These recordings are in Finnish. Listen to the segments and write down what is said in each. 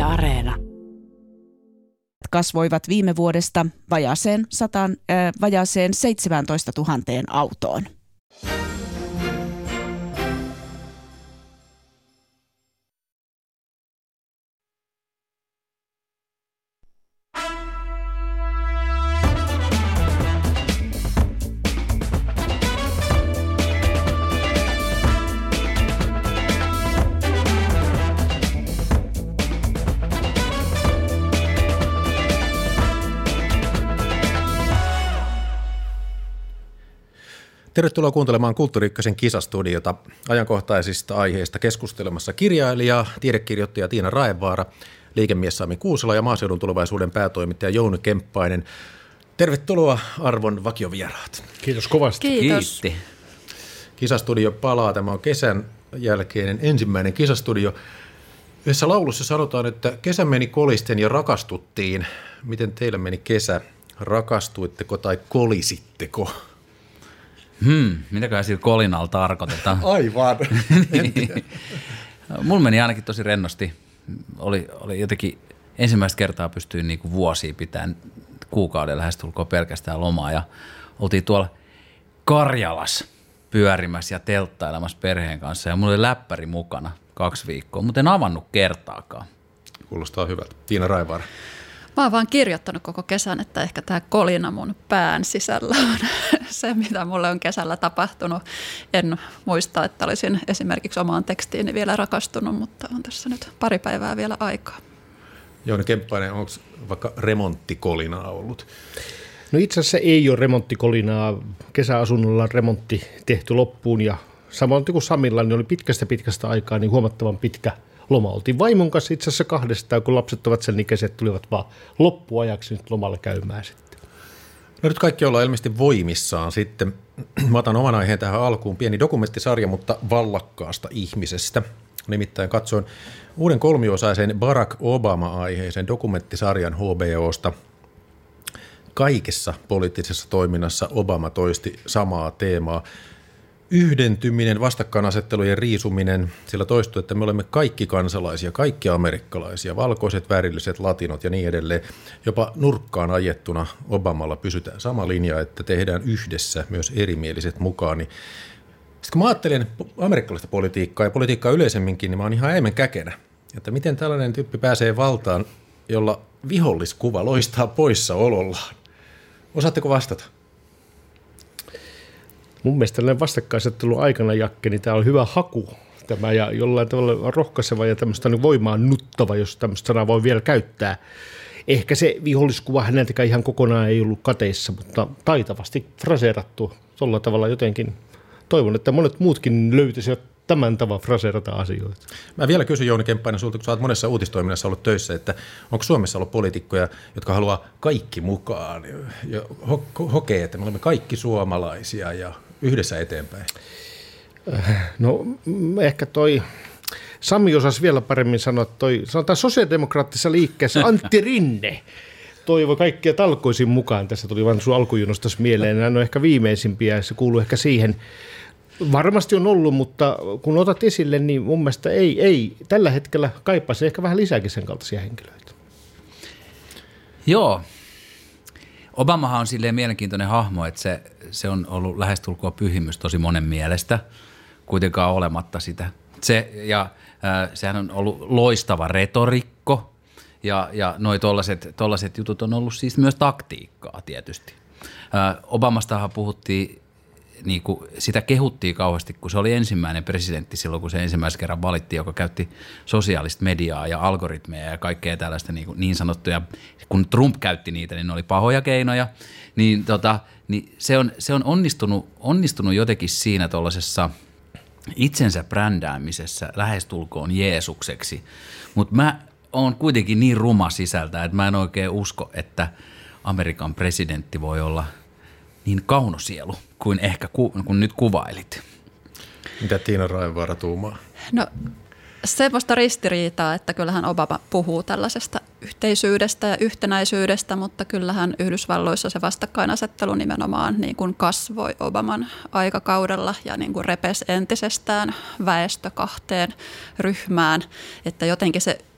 Areena. Kasvoivat viime vuodesta vajaaseen 17 000 autoon. Tervetuloa kuuntelemaan Kulttuuri Ykkösen kisastudiota. Ajankohtaisista aiheista keskustelemassa kirjailija, tiedekirjoittaja Tiina Raevaara, liikemies Sami Kuusela ja Maaseudun Tulevaisuuden päätoimittaja Jouni Kemppainen. Tervetuloa arvon vakiovieraat. Kiitos kovasti. Kiitos. Kiitti. Kisastudio palaa. Tämä on kesän jälkeinen ensimmäinen kisastudio. Yhdessä laulussa sanotaan, että kesä meni kolisten ja rakastuttiin. Miten teille meni kesä? Rakastuitteko tai kolisitteko? Mitäköhän sillä kolinalla tarkoitetaan? Aivan. Mulla meni ainakin tosi rennosti. Oli jotenkin ensimmäistä kertaa pystyin niinku vuosia pitämään kuukauden lähestulkoon pelkästään lomaa. Ja oltiin tuolla Karjalassa pyörimässä ja telttailemassa perheen kanssa. Ja mulla oli läppäri mukana 2 viikkoa, mutta en avannut kertaakaan. Kuulostaa hyvältä. Tiina Raevaara. Mä oon vaan kirjoittanut koko kesän, että ehkä tämä kolina mun pään sisällä on se, mitä mulle on kesällä tapahtunut. En muista, että olisin esimerkiksi omaan tekstiini vielä rakastunut, mutta on tässä nyt pari päivää vielä aikaa. Jouni Kemppainen, onko vaikka remonttikolinaa ollut? No itse asiassa ei ole remonttikolinaa. Kesäasunnolla on remontti tehty loppuun ja samoin kuin Samilla, niin oli pitkästä aikaa niin huomattavan pitkä loma. Oltiin vaimon kanssa itse asiassa 2, kun lapset ovat sen ikäiset, tulivat vaan loppuajaksi nyt lomalle käymään sitten. No nyt kaikki ollaan ilmeisesti voimissaan sitten. Mä otan oman aiheen tähän alkuun. Pieni dokumenttisarja, mutta vallakkaasta ihmisestä. Nimittäin katsoin uuden 3-osaisen Barack Obama-aiheisen dokumenttisarjan HBOsta. Kaikessa poliittisessa toiminnassa Obama toisti samaa teemaa. Yhdentyminen, vastakkainasettelujen riisuminen, sillä toistuu, että me olemme kaikki kansalaisia, kaikki amerikkalaisia, valkoiset, värilliset, latinot ja niin edelleen. Jopa nurkkaan ajettuna Obamalla pysytään sama linja, että tehdään yhdessä myös erimieliset mukaan. Niin sitten kun mä ajattelen amerikkalaista politiikkaa ja politiikkaa yleisemminkin, niin mä oon ihan äimen käkenä, että miten tällainen tyyppi pääsee valtaan, jolla viholliskuva loistaa poissaolollaan. Osaatteko vastata? Mun mielestä tällainen vastakkainasettelun aikana, Jakke, niin tämä on hyvä haku tämä ja jollain tavalla rohkaiseva ja tämmöistä niin voimaannuttava, jos tämmöistä sanaa voi vielä käyttää. Ehkä se viholliskuva häneltäkään ihan kokonaan ei ollut kateissa, mutta taitavasti fraseerattu tuolla tavalla jotenkin. Toivon, että monet muutkin löytäisivät tämän tavan fraseerata asioita. Mä vielä kysyn Jouni Kemppainen sulta, kun sä oot monessa uutistoiminnassa ollut töissä, että onko Suomessa ollut poliitikkoja, jotka haluaa kaikki mukaan ja hokee, että me olemme kaikki suomalaisia ja yhdessä eteenpäin? No ehkä toi Sami osasi vielä paremmin sanoa, sanotaan sosiaalidemokraattisessa liikkeessä Antti Rinne toivoi kaikkia talkoisiin mukaan. Tässä tuli vain sun alkujunostas mieleen. Nämä on ehkä viimeisimpiä ja se kuuluu ehkä siihen. Varmasti on ollut, mutta kun otat esille, niin mun mielestä ei tällä hetkellä kaipaisi ehkä vähän lisääkin sen kaltaisia henkilöitä. Joo. Obamahan on silleen mielenkiintoinen hahmo, että se on ollut lähestulkoon pyhimys tosi monen mielestä, kuitenkaan olematta sitä. Sehän on ollut loistava retorikko ja noi tollaset jutut on ollut siis myös taktiikkaa tietysti. Obamastahan puhuttiin, niin kuin sitä kehuttiin kauheasti, kun se oli ensimmäinen presidentti silloin, kun se ensimmäisen kerran valittiin, joka käytti sosiaalista mediaa ja algoritmeja ja kaikkea tällaista niin sanottuja. Kun Trump käytti niitä, niin ne oli pahoja keinoja. Niin se on onnistunut jotenkin siinä tuollaisessa itsensä brändäämisessä lähestulkoon Jeesukseksi. Mutta mä oon kuitenkin niin ruma sisältä, että mä en oikein usko, että Amerikan presidentti voi olla niin kaunosielu kuin ehkä kun nyt kuvailit. Mitä Tiina Raevaara tuumaa? No semmoista ristiriitaa, että kyllähän Obama puhuu tällaisesta yhteisyydestä ja yhtenäisyydestä, mutta kyllähän Yhdysvalloissa se vastakkainasettelu nimenomaan niin kuin kasvoi Obaman aikakaudella ja niin kuin repesi entisestään väestö 2 ryhmään, että jotenkin se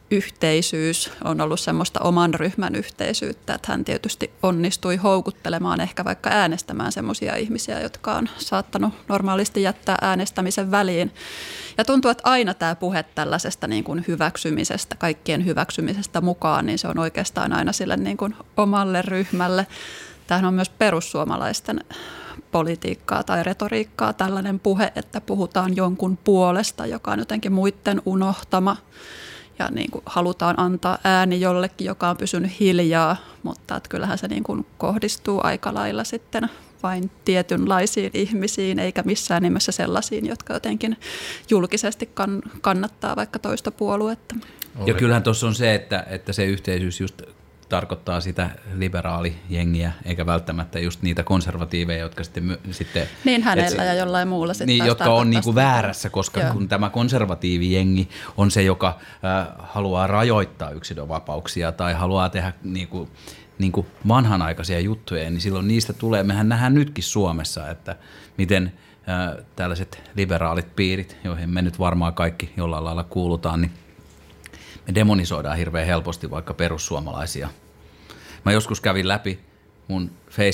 yhteisyys on ollut semmoista oman ryhmän yhteisyyttä, että hän tietysti onnistui houkuttelemaan ehkä vaikka äänestämään semmoisia ihmisiä, jotka on saattanut normaalisti jättää äänestämisen väliin. Ja tuntuu, että aina tämä puhe tällaisesta niin kuin hyväksymisestä, kaikkien hyväksymisestä mukaan, niin se on oikeastaan aina sille niin kuin omalle ryhmälle. Tämähän on myös perussuomalaisten politiikkaa tai retoriikkaa tällainen puhe, että puhutaan jonkun puolesta, joka on jotenkin muiden unohtama. Ja niin kuin halutaan antaa ääni jollekin, joka on pysynyt hiljaa, mutta että kyllähän se niin kuin kohdistuu aika lailla sitten vain tietynlaisiin ihmisiin, eikä missään nimessä sellaisiin, jotka jotenkin julkisesti kannattaa vaikka toista puoluetta. Ja kyllähän tuossa on se, että se yhteisyys just tarkoittaa sitä liberaalijengiä, eikä välttämättä just niitä konservatiiveja, jotka sitten niin hänellä ja jollain muulla sitten niin, jotka on niinku väärässä, koska kun tämä konservatiivijengi on se, joka haluaa rajoittaa yksilönvapauksia tai haluaa tehdä niinku vanhanaikaisia juttuja, niin silloin niistä tulee, mehän nähdään nytkin Suomessa, että miten tällaiset liberaalit piirit, joihin me nyt varmaan kaikki jollain lailla kuulutaan, niin me demonisoidaan hirveän helposti vaikka perussuomalaisia. Mä joskus kävin läpi mun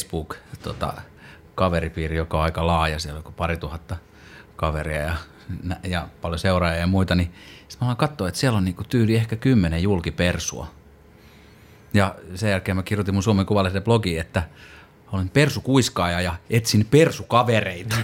Facebook-kaveripiiri, joka on aika laaja, siellä on 2000 kaveria ja paljon seuraajia ja muita, niin sitten mä aloin katsoa, että siellä on niinku tyyli ehkä 10 julkipersua. Ja sen jälkeen mä kirjoitin mun Suomen Kuvalehden blogiin, että olen persukuiskaaja ja etsin persukavereita,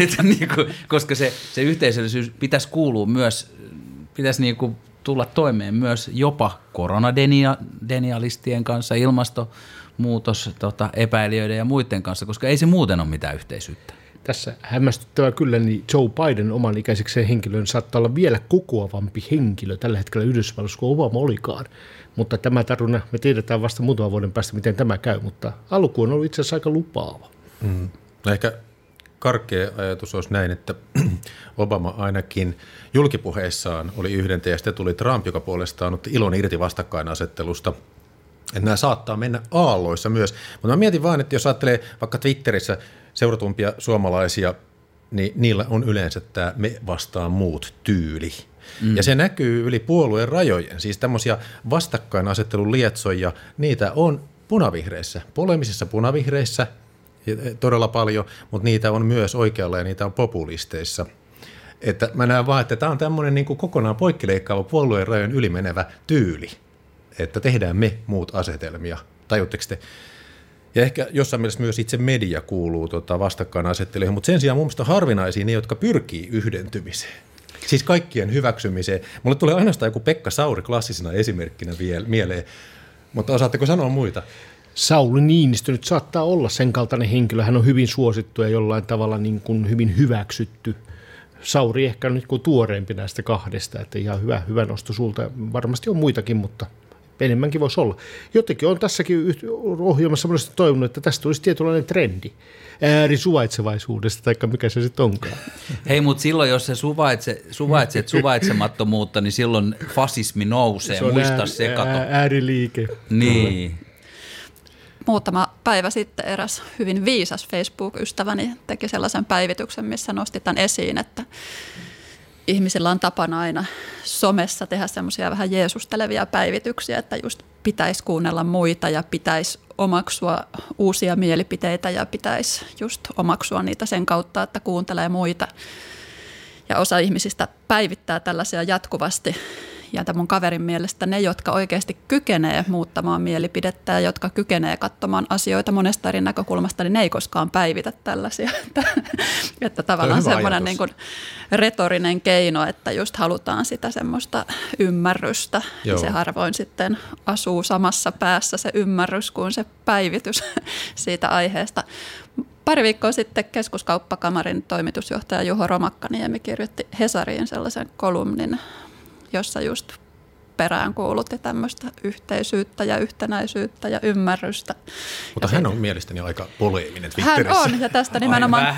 koska se yhteisöllisyys pitäisi kuulua myös, pitäisi niinku tulla toimeen myös jopa koronadenialistien kanssa, ilmastonmuutos, epäilijöiden ja muiden kanssa, koska ei se muuten ole mitään yhteisyyttä. Tässä hämmästyttävää kyllä, niin Joe Biden oman ikäisekseen henkilön saattaa olla vielä kokoavampi henkilö tällä hetkellä Yhdysvalloissa kuin Obama olikaan. Mutta tämä taruna, me tiedetään vasta muutaman vuoden päästä, miten tämä käy, mutta alku on ollut itse asiassa aika lupaava. No ehkä karkea ajatus olisi näin, että Obama ainakin julkipuheissaan oli yhdentä ja sitten tuli Trump, joka puolestaan otti ilon irti vastakkainasettelusta. Että nämä saattaa mennä aalloissa myös. Mutta mä mietin vaan, että jos ajattelee vaikka Twitterissä seuratumpia suomalaisia, niin niillä on yleensä tämä me vastaan muut -tyyli. Ja se näkyy yli puolueen rajojen. Siis tämmöisiä vastakkainasettelun lietsoja, niitä on punavihreissä, polemisissa punavihreissä todella paljon, mutta niitä on myös oikealla ja niitä on populisteissa. Että mä näen vaan, että tämä on tämmöinen niin kuin kokonaan poikkileikkaava puolueen rajojen ylimenevä tyyli, että tehdään me muut asetelmia. Tajutteko te? Ja ehkä jossain mielessä myös itse media kuuluu vastakkainasetteluihin, mutta sen sijaan mun mielestä on harvinaisia ne, jotka pyrkii yhdentymiseen. Siis kaikkien hyväksymiseen. Mulle tulee ainoastaan joku Pekka Sauri klassisena esimerkkinä mieleen, mutta osaatteko sanoa muita? Sauli Niinistö nyt saattaa olla sen kaltainen henkilö. Hän on hyvin suosittu ja jollain tavalla niin kuin hyvin hyväksytty. Sauri ehkä on nyt kuin tuoreempi näistä kahdesta, että ihan hyvä nosto sulta. Varmasti on muitakin, mutta enemmänkin voisi olla. Jotenkin on tässäkin ohjelmassa monesti toivonut, että tästä olisi tietynlainen trendi äärisuvaitsevaisuudesta, tai mikä se sitten onkaan. Hei, mutta silloin, jos sä suvaitset suvaitsemattomuutta, niin silloin fasismi nousee. Se on muista se, kato. Ääriliike. Niin. Muutama päivä sitten eräs hyvin viisas Facebook-ystäväni teki sellaisen päivityksen, missä nosti tämän esiin, että ihmisillä on tapana aina somessa tehdä semmoisia vähän jeesustelevia päivityksiä, että just pitäisi kuunnella muita ja pitäisi omaksua uusia mielipiteitä ja pitäisi just omaksua niitä sen kautta, että kuuntelee muita. Ja osa ihmisistä päivittää tällaisia jatkuvasti. Ja tämän mun kaverin mielestä ne, jotka oikeasti kykenee muuttamaan mielipidettä ja jotka kykenee katsomaan asioita monesta eri näkökulmasta, niin ne ei koskaan päivitä tällaisia. Että tavallaan semmoinen niin kuin retorinen keino, että just halutaan sitä semmoista ymmärrystä. Ja se harvoin sitten asuu samassa päässä se ymmärrys kuin se päivitys siitä aiheesta. Pari viikkoa sitten Keskuskauppakamarin toimitusjohtaja Juho Romakkaniemi kirjoitti Hesariin sellaisen kolumnin, jossa just peräänkuulutti tämmöistä yhteisyyttä ja yhtenäisyyttä ja ymmärrystä. Mutta hän on mielestäni aika poleeminen Twitterissä. Hän on, ja tästä nimenomaan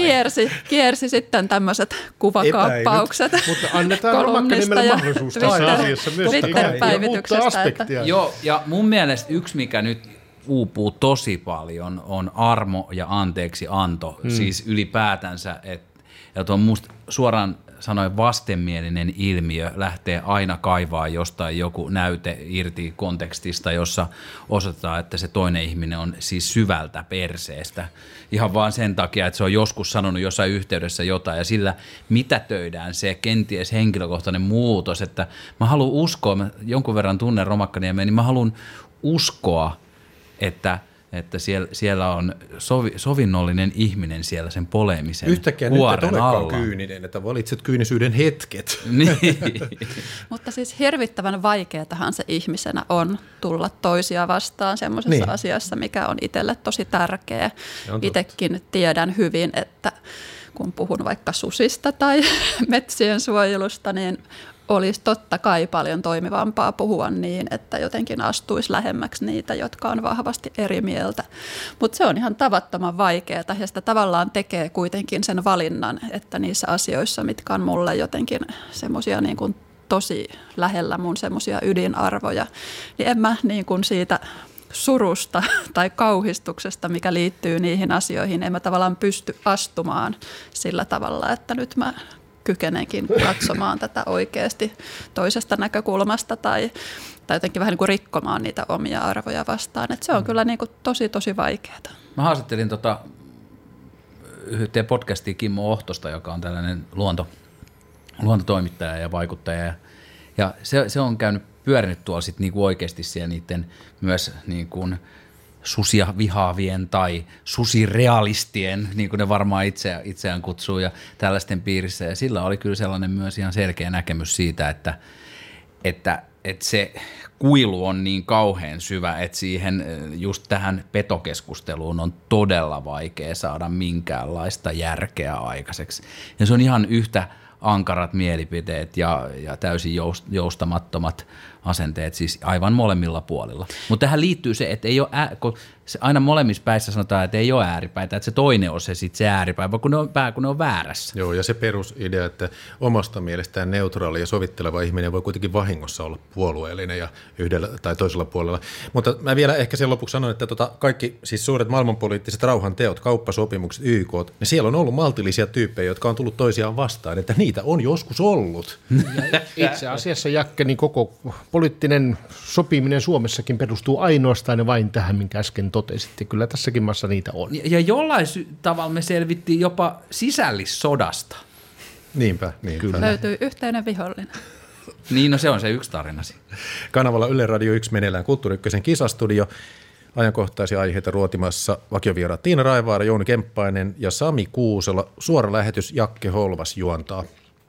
kiersi sitten tämmöiset kuvakaappaukset mutta annetaan Romakkaniemelle mahdollisuus tässä asiassa myös Twitter-päivityksestä. Joo, ja mun mielestä yksi, mikä nyt uupuu tosi paljon, on armo ja anteeksianto. Siis ylipäätänsä, että on musta suoraan sanoin vastenmielinen ilmiö lähtee aina kaivaa jostain joku näyte irti kontekstista, jossa osoitetaan, että se toinen ihminen on siis syvältä perseestä. Ihan vaan sen takia, että se on joskus sanonut jossain yhteydessä jotain ja sillä mitätöidään se kenties henkilökohtainen muutos, että mä haluan uskoa, mä jonkun verran tunnen Romakkaniemeä, niin mä haluan uskoa, että siellä on sovinnollinen ihminen siellä sen poleemisen yhtäkkiä nyt et kuoren olekaan alla. kyyninen, että valitset kyynisyyden hetket. Niin. Mutta siis hirvittävän vaikeatahan se ihmisenä on tulla toisia vastaan semmoisessa asiassa, mikä on itselle tosi tärkeä. Itsekin tiedän hyvin, että kun puhun vaikka susista tai metsien suojelusta, niin olisi totta kai paljon toimivampaa puhua niin, että jotenkin astuisi lähemmäksi niitä, jotka on vahvasti eri mieltä. Mutta se on ihan tavattoman vaikeaa ja sitä tavallaan tekee kuitenkin sen valinnan, että niissä asioissa, mitkä on mulle jotenkin semmoisia niin kuin tosi lähellä mun semmoisia ydinarvoja, niin en mä niin kuin siitä surusta tai kauhistuksesta, mikä liittyy niihin asioihin, en mä tavallaan pysty astumaan sillä tavalla, että nyt mä kykenenkin katsomaan tätä oikeasti toisesta näkökulmasta tai jotenkin vähän niin kuin rikkomaan niitä omia arvoja vastaan. Että se on kyllä niin kuin tosi vaikeaa. Mä haastattelin yhteen podcastiin Kimmo Ohtosta, joka on tällainen luontotoimittaja ja vaikuttaja. Ja se on pyörinyt tuolla sit niinku oikeasti siellä niiden myös niin kuin susia vihaavien tai susirealistien, niin kuin ne varmaan itseään kutsuu, ja tällaisten piirissä. Ja sillä oli kyllä sellainen myös ihan selkeä näkemys siitä, että se kuilu on niin kauhean syvä, että siihen just tähän petokeskusteluun on todella vaikea saada minkäänlaista järkeä aikaiseksi. Ja se on ihan yhtä ankarat mielipiteet ja täysin joustamattomat asenteet, siis aivan molemmilla puolilla. Mutta tähän liittyy se, että ei ole kun aina molemmissa päissä sanotaan, että ei ole ääripäitä, että se toinen on se ääripää, vaan kun ne on väärässä. Joo, ja se perusidea, että omasta mielestään neutraali ja sovitteleva ihminen voi kuitenkin vahingossa olla puolueellinen ja yhdellä tai toisella puolella. Mutta mä vielä ehkä sen lopuksi sanon, että kaikki siis suuret maailmanpoliittiset rauhanteot, kauppasopimukset, YK:t, niin siellä on ollut maltillisia tyyppejä, jotka on tullut toisiaan vastaan, että niitä on joskus ollut. Itse asiassa, Jakke, niin koko poliittinen sopiminen Suomessakin perustuu ainoastaan ja vain tähän, minkä äsken totesit. Ja kyllä tässäkin maassa niitä on. Ja jollain tavalla me selvittiin jopa sisällissodasta. Niinpä. Löytyy yhteinen vihollinen. Niin, no se on se yksi tarinasi. Kanavalla Yle Radio 1 meneillään Kulttuuri Ykkösen kisastudio. Ajankohtaisia aiheita ruotimassa vakiovieraat Tiina Raivaara, Jouni Kemppainen ja Sami Kuusela. Suora lähetys Jakke Holvas juontaa.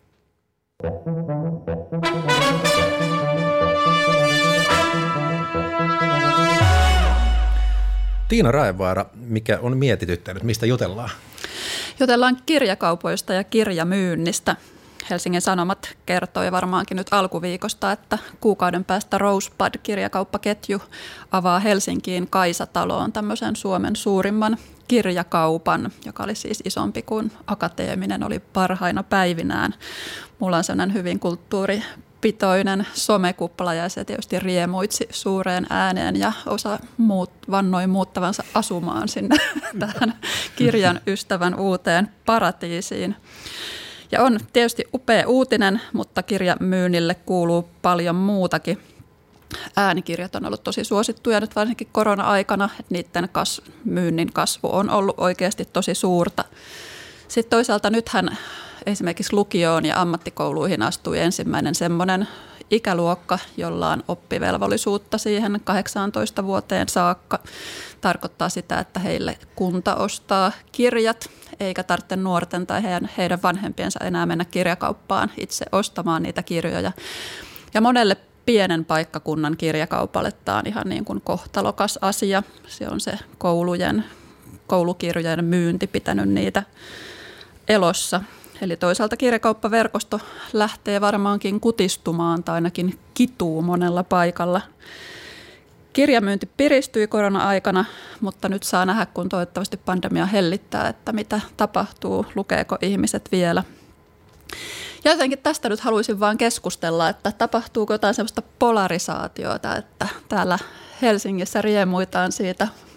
Tiina Raivaara, mikä on mietityttänyt, mistä jutellaan? Jutellaan kirjakaupoista ja kirjamyynnistä. Helsingin Sanomat kertoi varmaankin nyt alkuviikosta, että kuukauden päästä Rosebud-kirjakauppaketju avaa Helsinkiin Kaisataloon tämmöisen Suomen suurimman kirjakaupan, joka oli siis isompi kuin Akateeminen oli parhaina päivinään. Mulla on sellainen hyvin kulttuuripitoinen somekupla ja se tietysti riemuitsi suureen ääneen ja osa vannoi muuttavansa asumaan sinne tähän kirjan ystävän uuteen paratiisiin. Ja on tietysti upea uutinen, mutta kirjamyynnille kuuluu paljon muutakin. Äänikirjat on ollut tosi suosittuja nyt varsinkin korona-aikana, että niiden myynnin kasvu on ollut oikeasti tosi suurta. Sitten toisaalta nythän esimerkiksi lukioon ja ammattikouluihin astui ensimmäinen semmoinen ikäluokka, jolla on oppivelvollisuutta siihen 18 vuoteen saakka. Tarkoittaa sitä, että heille kunta ostaa kirjat, eikä tarvitse nuorten tai heidän vanhempiensa enää mennä kirjakauppaan itse ostamaan niitä kirjoja. Ja monelle pienen paikkakunnan kirjakaupalle tämä on ihan niin kuin kohtalokas asia. Se on se koulukirjojen myynti pitänyt niitä elossa. Eli toisaalta kirjakauppaverkosto lähtee varmaankin kutistumaan tai ainakin kituu monella paikalla. Kirjamyynti piristyi korona-aikana, mutta nyt saa nähdä, kun toivottavasti pandemia hellittää, että mitä tapahtuu, lukeeko ihmiset vielä. Ja jotenkin tästä nyt haluaisin vaan keskustella, että tapahtuuko jotain sellaista polarisaatiota, että täällä Helsingissä riemuitaan siitä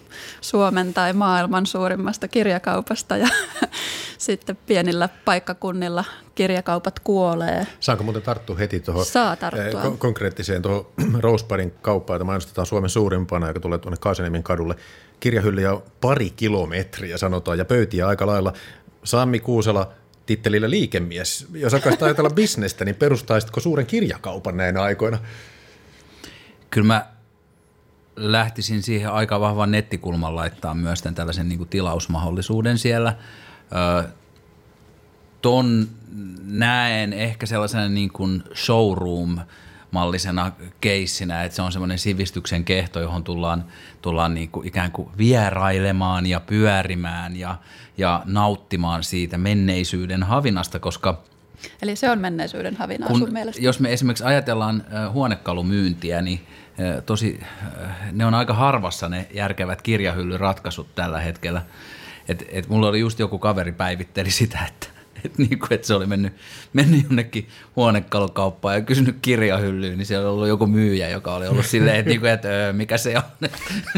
Suomen tai maailman suurimmasta kirjakaupasta ja sitten pienillä paikkakunnilla kirjakaupat kuolee. Saanko muuten tarttua heti tuohon konkreettiseen tuohon Rosebarin kauppaan, jota mainostetaan Suomen suurimpana, joka tulee tuonne Kaaseniemen kadulle. Kirjahyllyjä on 2 kilometriä sanotaan ja pöytiä aika lailla. Sammi Kuusela tittelillä liikemies. Jos alkaisi ajatella bisnestä, niin perustaisitko suuren kirjakaupan näinä aikoina? Kyllä mä lähtisin siihen aika vahvan nettikulman laittaa myös tällaisen niin kuin tilausmahdollisuuden siellä. Ton näen ehkä sellaisena niin kuin showroom-mallisena keissinä, että se on semmoinen sivistyksen kehto, johon tullaan niin kuin ikään kuin vierailemaan ja pyörimään ja nauttimaan siitä menneisyyden havinasta, koska eli se on menneisyyden havinaa sun mielestä? Jos me esimerkiksi ajatellaan huonekalumyyntiä, niin ne on aika harvassa ne järkevät kirjahyllyratkaisut tällä hetkellä. Et mulla oli just joku kaveri päivitteli sitä, että se oli mennyt jonnekin huonekalukauppaan ja kysynyt kirjahyllyyn, niin siellä oli ollut joku myyjä, joka oli ollut silleen, että mikä se on.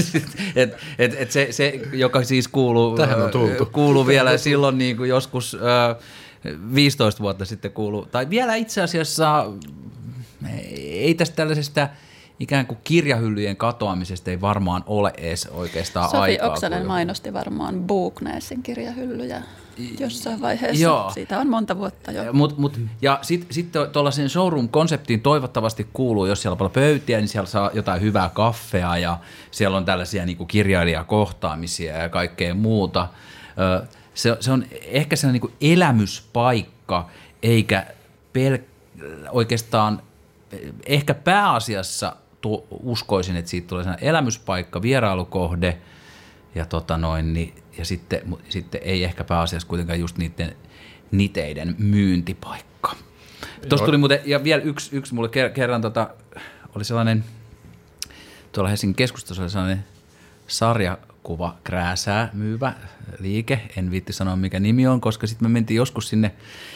Se, joka siis kuuluu vielä silloin niin kuin joskus 15 vuotta sitten kuuluu, tai vielä itse asiassa ei tästä tällaisesta ikään kuin kirjahyllyjen katoamisesta ei varmaan ole edes oikeastaan aikaa. Sofi Oksanen mainosti varmaan Booknessin kirjahyllyjä jossain vaiheessa. Joo. Siitä on monta vuotta jo. Ja sitten tuollaiseen showroom-konseptiin toivottavasti kuuluu, jos siellä on paljon pöytiä, niin siellä saa jotain hyvää kaffea ja siellä on tällaisia niin kuin kirjailijakohtaamisia ja kaikkea muuta. Se on ehkä sellainen niin kuin elämyspaikka, eikä oikeastaan ehkä pääasiassa uskoisin, että siitä tulee sellainen elämyspaikka, vierailukohde ja sitten ei ehkä pääasiassa kuitenkaan just niiden niteiden myyntipaikka. Tuossa tuli muuten, ja vielä yksi mulle kerran oli sellainen, tuolla Helsingin keskustassa oli sellainen sarjakuva krääsää myyvä liike, en viitti sanoa mikä nimi on, koska sitten me mentiin joskus sinne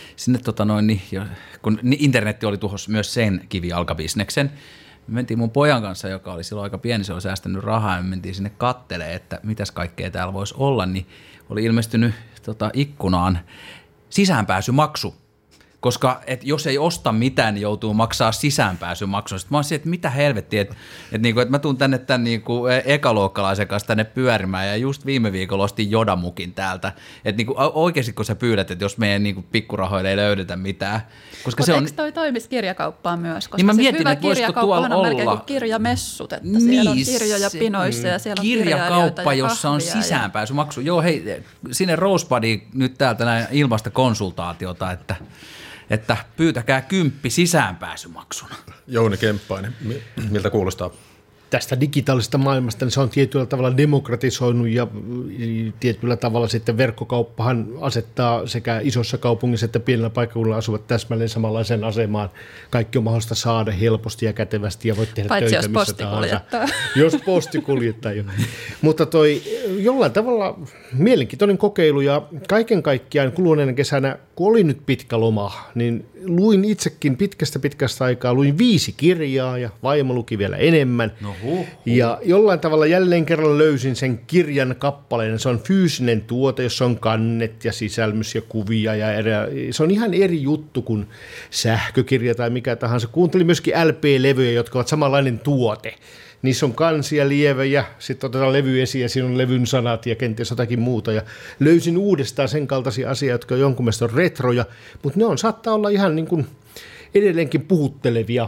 kun internetti oli tuhossa myös sen kivijalkabisneksen. Me mentiin mun pojan kanssa, joka oli silloin aika pieni, se oli säästänyt rahaa, ja me mentiin sinne kattelemaan, että mitäs kaikkea täällä voisi olla, niin oli ilmestynyt ikkunaan sisäänpääsymaksu. Koska jos ei osta mitään, niin joutuu maksaa sisäänpääsymaksun. Sitten mä oon että mitä helvettiä, että mä tuun tänne tämän ekaluokkalaisen kanssa tänne pyörimään ja just viime viikolla ostin Jodamukin täältä. Että oikeasti kun sä pyydät, että jos meidän pikkurahoille ei löydetä mitään. Mutta eikö toi toimisi kirjakauppaan myös? Koska niin mä siis mietin, hyvä kirjakauppahan on melkein kuin kirjamessut, että niin, siellä on kirjoja pinoissa ja siellä on kirjakauppa, jossa on sisäänpääsymaksu. Joo hei, sinne Rosebadiin nyt täältä näin ilmaista konsultaatiota, että pyytäkää 10 sisäänpääsymaksuna. Jouni Kemppainen, miltä kuulostaa? Tästä digitaalisesta maailmasta niin se on tietyllä tavalla demokratisoinut ja tietyllä tavalla sitten verkkokauppahan asettaa sekä isossa kaupungissa että pienellä paikkakunnalla asuvat täsmälleen samanlaiseen asemaan. Kaikki on mahdollista saada helposti ja kätevästi ja voit tehdä paitsi töitä jos missä tahansa. kuljettaa. Jos posti kuljettaa jo. Mutta toi jollain tavalla mielenkiintoinen kokeilu ja kaiken kaikkiaan kuluneena kesänä, kun oli nyt pitkä loma, niin luin itsekin pitkästä aikaa, luin 5 kirjaa ja vaimo luki vielä enemmän. No ja jollain tavalla jälleen kerran löysin sen kirjan kappaleen. Se on fyysinen tuote, jossa on kannet ja sisälmys ja kuvia. Se on ihan eri juttu kuin sähkökirja tai mikä tahansa. Kuuntelin myöskin LP-levyjä, jotka ovat samanlainen tuote. Niissä on kansia, lievejä, sitten otetaan levy esiin ja siinä on levyn sanat ja kenties jotakin muuta. Ja löysin uudestaan sen kaltaisia asioita, jotka jonkun mielestä on retroja, mutta ne saattaa olla ihan niin kuin edelleenkin puhuttelevia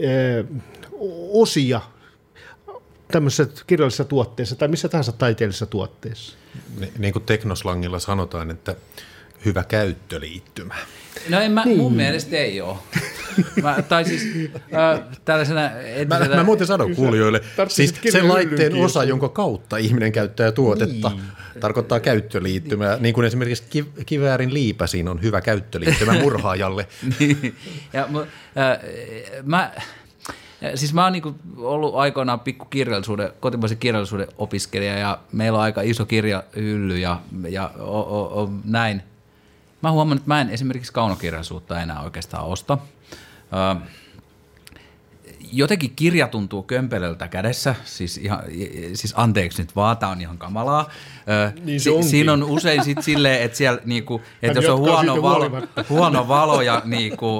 osia tämmöisessä kirjallisessa tuotteessa tai missä tahansa taiteellisessa tuotteessa. Niin kuin teknoslangilla sanotaan, että hyvä käyttöliittymä. No mun mielestä ei ole. Tällaisena Mä muuten sanon kuulijoille, siis sen laitteen osa, jonka kautta ihminen käyttää tuotetta, tarkoittaa käyttöliittymää. Niin kuin esimerkiksi kiväärin liipäsiin on hyvä käyttöliittymä murhaajalle. Niin. Ja, mä oon niinku ollut aikoinaan kotimaisen kirjallisuuden opiskelija ja meillä on aika iso kirjahylly ja näin. Mä huomaan, että mä en esimerkiksi kaunokirjallisuutta enää oikeastaan osta. jotenkin kirja tuntuu kömpelöltä kädessä, siis anteeksi nyt vaan, tämä on ihan kamalaa. Niin se siinä on usein sitten silleen, että siellä niinku, että jos on huono valo ja niinku,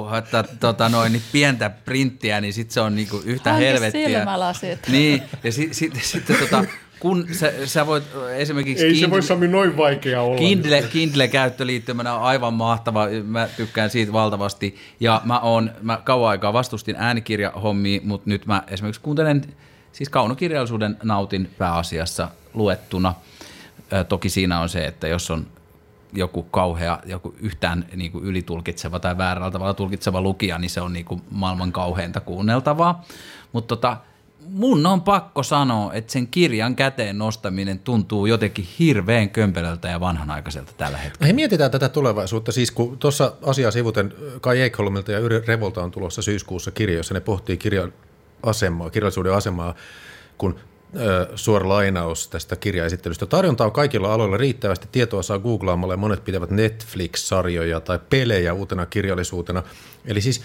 niin pientä printtiä, niin sitten se on niinku yhtä helvettiä. Silmälasit. Niin, ja sitten kun sä voit esimerkiksi... Ei se voi Sami noin vaikea olla. Kindle-käyttöliittymänä on aivan mahtava, mä tykkään siitä valtavasti, ja mä kauan aikaa vastustin äänikirjahommia, mutta nyt mä esimerkiksi kuuntelen, siis kaunokirjallisuuden nautin pääasiassa luettuna. Toki siinä on se, että jos on joku kauhea, joku yhtään niin kuin ylitulkitseva tai väärällä tavalla tulkitseva lukija, niin se on niin kuin maailman kauheinta kuunneltavaa, mutta mun on pakko sanoa, että sen kirjan käteen nostaminen tuntuu jotenkin hirveän kömpelöltä ja vanhanaikaiselta tällä hetkellä. Hei, mietitään tätä tulevaisuutta. Siis kun tuossa asiaa sivuten Kai Ekholmilta ja Yri Revolta on tulossa syyskuussa kirja, jossa ne pohtii kirjallisuuden asemaa, kun suora lainaus tästä kirjaesittelystä. Tarjontaa on kaikilla aloilla riittävästi, tietoa saa googlaamalla ja monet pitävät Netflix-sarjoja tai pelejä uutena kirjallisuutena. Eli siis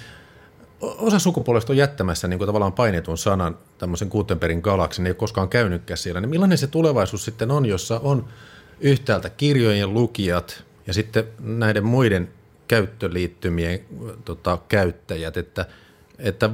osa sukupuolesta on jättämässä niin kuin tavallaan painetun sanan tämmöisen Gutenbergin galaksin, ei ole koskaan käynytkään siellä. Niin millainen se tulevaisuus sitten on, jossa on yhtäältä kirjojen lukijat ja sitten näiden muiden käyttöliittymien käyttäjät, että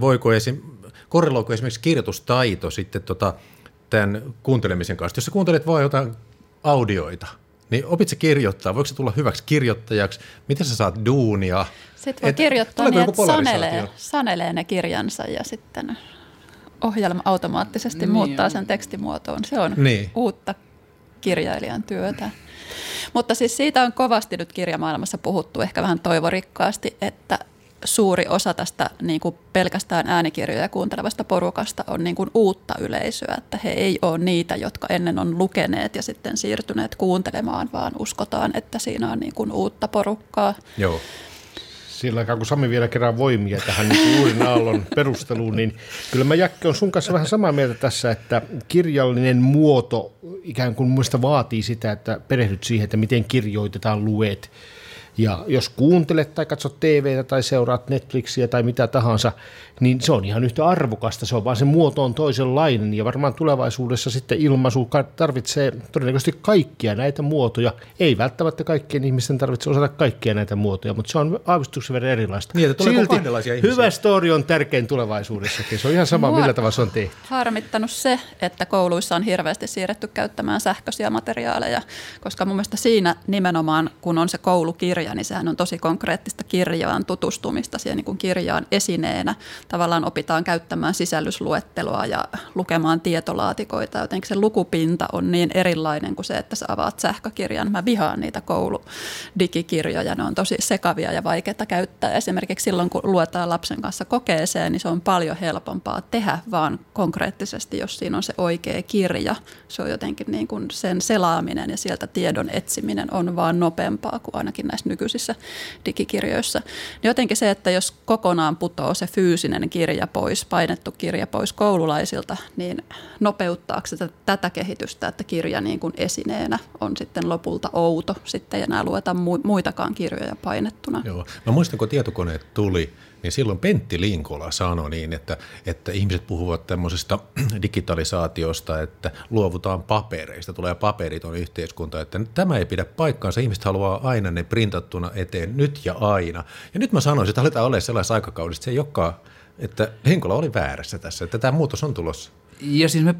korreloiko esimerkiksi kirjoitustaito sitten tämän kuuntelemisen kanssa. Jos sä kuuntelet vain jotain audioita, niin opit sä kirjoittaa, voiko se tulla hyväksi kirjoittajaksi, miten sä saat duunia? Sitten voi kirjoittaa niin, että sanelee ne kirjansa ja sitten ohjelma automaattisesti muuttaa sen tekstimuotoon. Se on uutta kirjailijan työtä. Mutta siis siitä on kovasti nyt kirjamaailmassa puhuttu, ehkä vähän toivorikkaasti, että suuri osa tästä niin kuin pelkästään äänikirjoja kuuntelevasta porukasta on niin kuin uutta yleisöä, että he ei ole niitä, jotka ennen on lukeneet ja sitten siirtyneet kuuntelemaan, vaan uskotaan, että siinä on niin kuin uutta porukkaa. Joo. Sillä aikaa, kun Sami vielä kerää voimia tähän niin uuden aallon perusteluun, niin kyllä mä Jakke on sun kanssa vähän samaa mieltä tässä, että kirjallinen muoto ikään kuin muista vaatii sitä, että perehdyt siihen, että miten kirjoitetaan, luet. Ja jos kuuntelet tai katsot TVtä tai seuraat Netflixiä tai mitä tahansa, niin se on ihan yhtä arvokasta. Se on vaan se muoto on toisenlainen ja varmaan tulevaisuudessa sitten ilmaisu tarvitsee todennäköisesti kaikkia näitä muotoja. Ei välttämättä kaikkien ihmisten tarvitse osata kaikkia näitä muotoja, mutta se on aavistuksen verran erilaista. Niin, että silti kahdenlaisia ihmisiä. Hyvä story on tärkein tulevaisuudessakin. Se on ihan sama, millä tavalla se on tehty. Harmittanut se, että kouluissa on hirveästi siirretty käyttämään sähköisiä materiaaleja, koska mun mielestä siinä nimenomaan, kun on se koulukirja, niin sehän on tosi konkreettista kirjaan tutustumista siihen niin kuin kirjaan esineenä. Tavallaan opitaan käyttämään sisällysluetteloa ja lukemaan tietolaatikoita. Jotenkin se lukupinta on niin erilainen kuin se, että sä avaat sähkökirjan. Mä vihaan niitä kouludigikirjoja. Ne on tosi sekavia ja vaikeita käyttää. Esimerkiksi silloin, kun luetaan lapsen kanssa kokeeseen, niin se on paljon helpompaa tehdä vaan konkreettisesti, jos siinä on se oikea kirja. Se on jotenkin niin kuin sen selaaminen ja sieltä tiedon etsiminen on vaan nopeampaa kuin ainakin näissä nykyisissä digikirjoissa. Jotenkin se, että jos kokonaan putoo se fyysinen kirja pois, painettu kirja pois koululaisilta, niin nopeuttaako se tätä kehitystä, että kirja niin kuin esineenä on sitten lopulta outo, sitten ei enää lueta muitakaan kirjoja painettuna. Joo. Mä muistan, kun tietokoneet tuli, niin silloin Pentti Linkola sanoi niin, että ihmiset puhuvat tämmöisestä digitalisaatiosta, että luovutaan papereista, tulee paperiton yhteiskunta, että tämä ei pidä paikkaansa, ihmiset haluaa aina ne printattuna eteen nyt ja aina. Ja nyt mä sanoisin, että aletaan olemaan sellaisessa aikakaudessa, se ei olekaan, että Linkola oli väärässä tässä, että tämä muutos on tulossa. Ja siis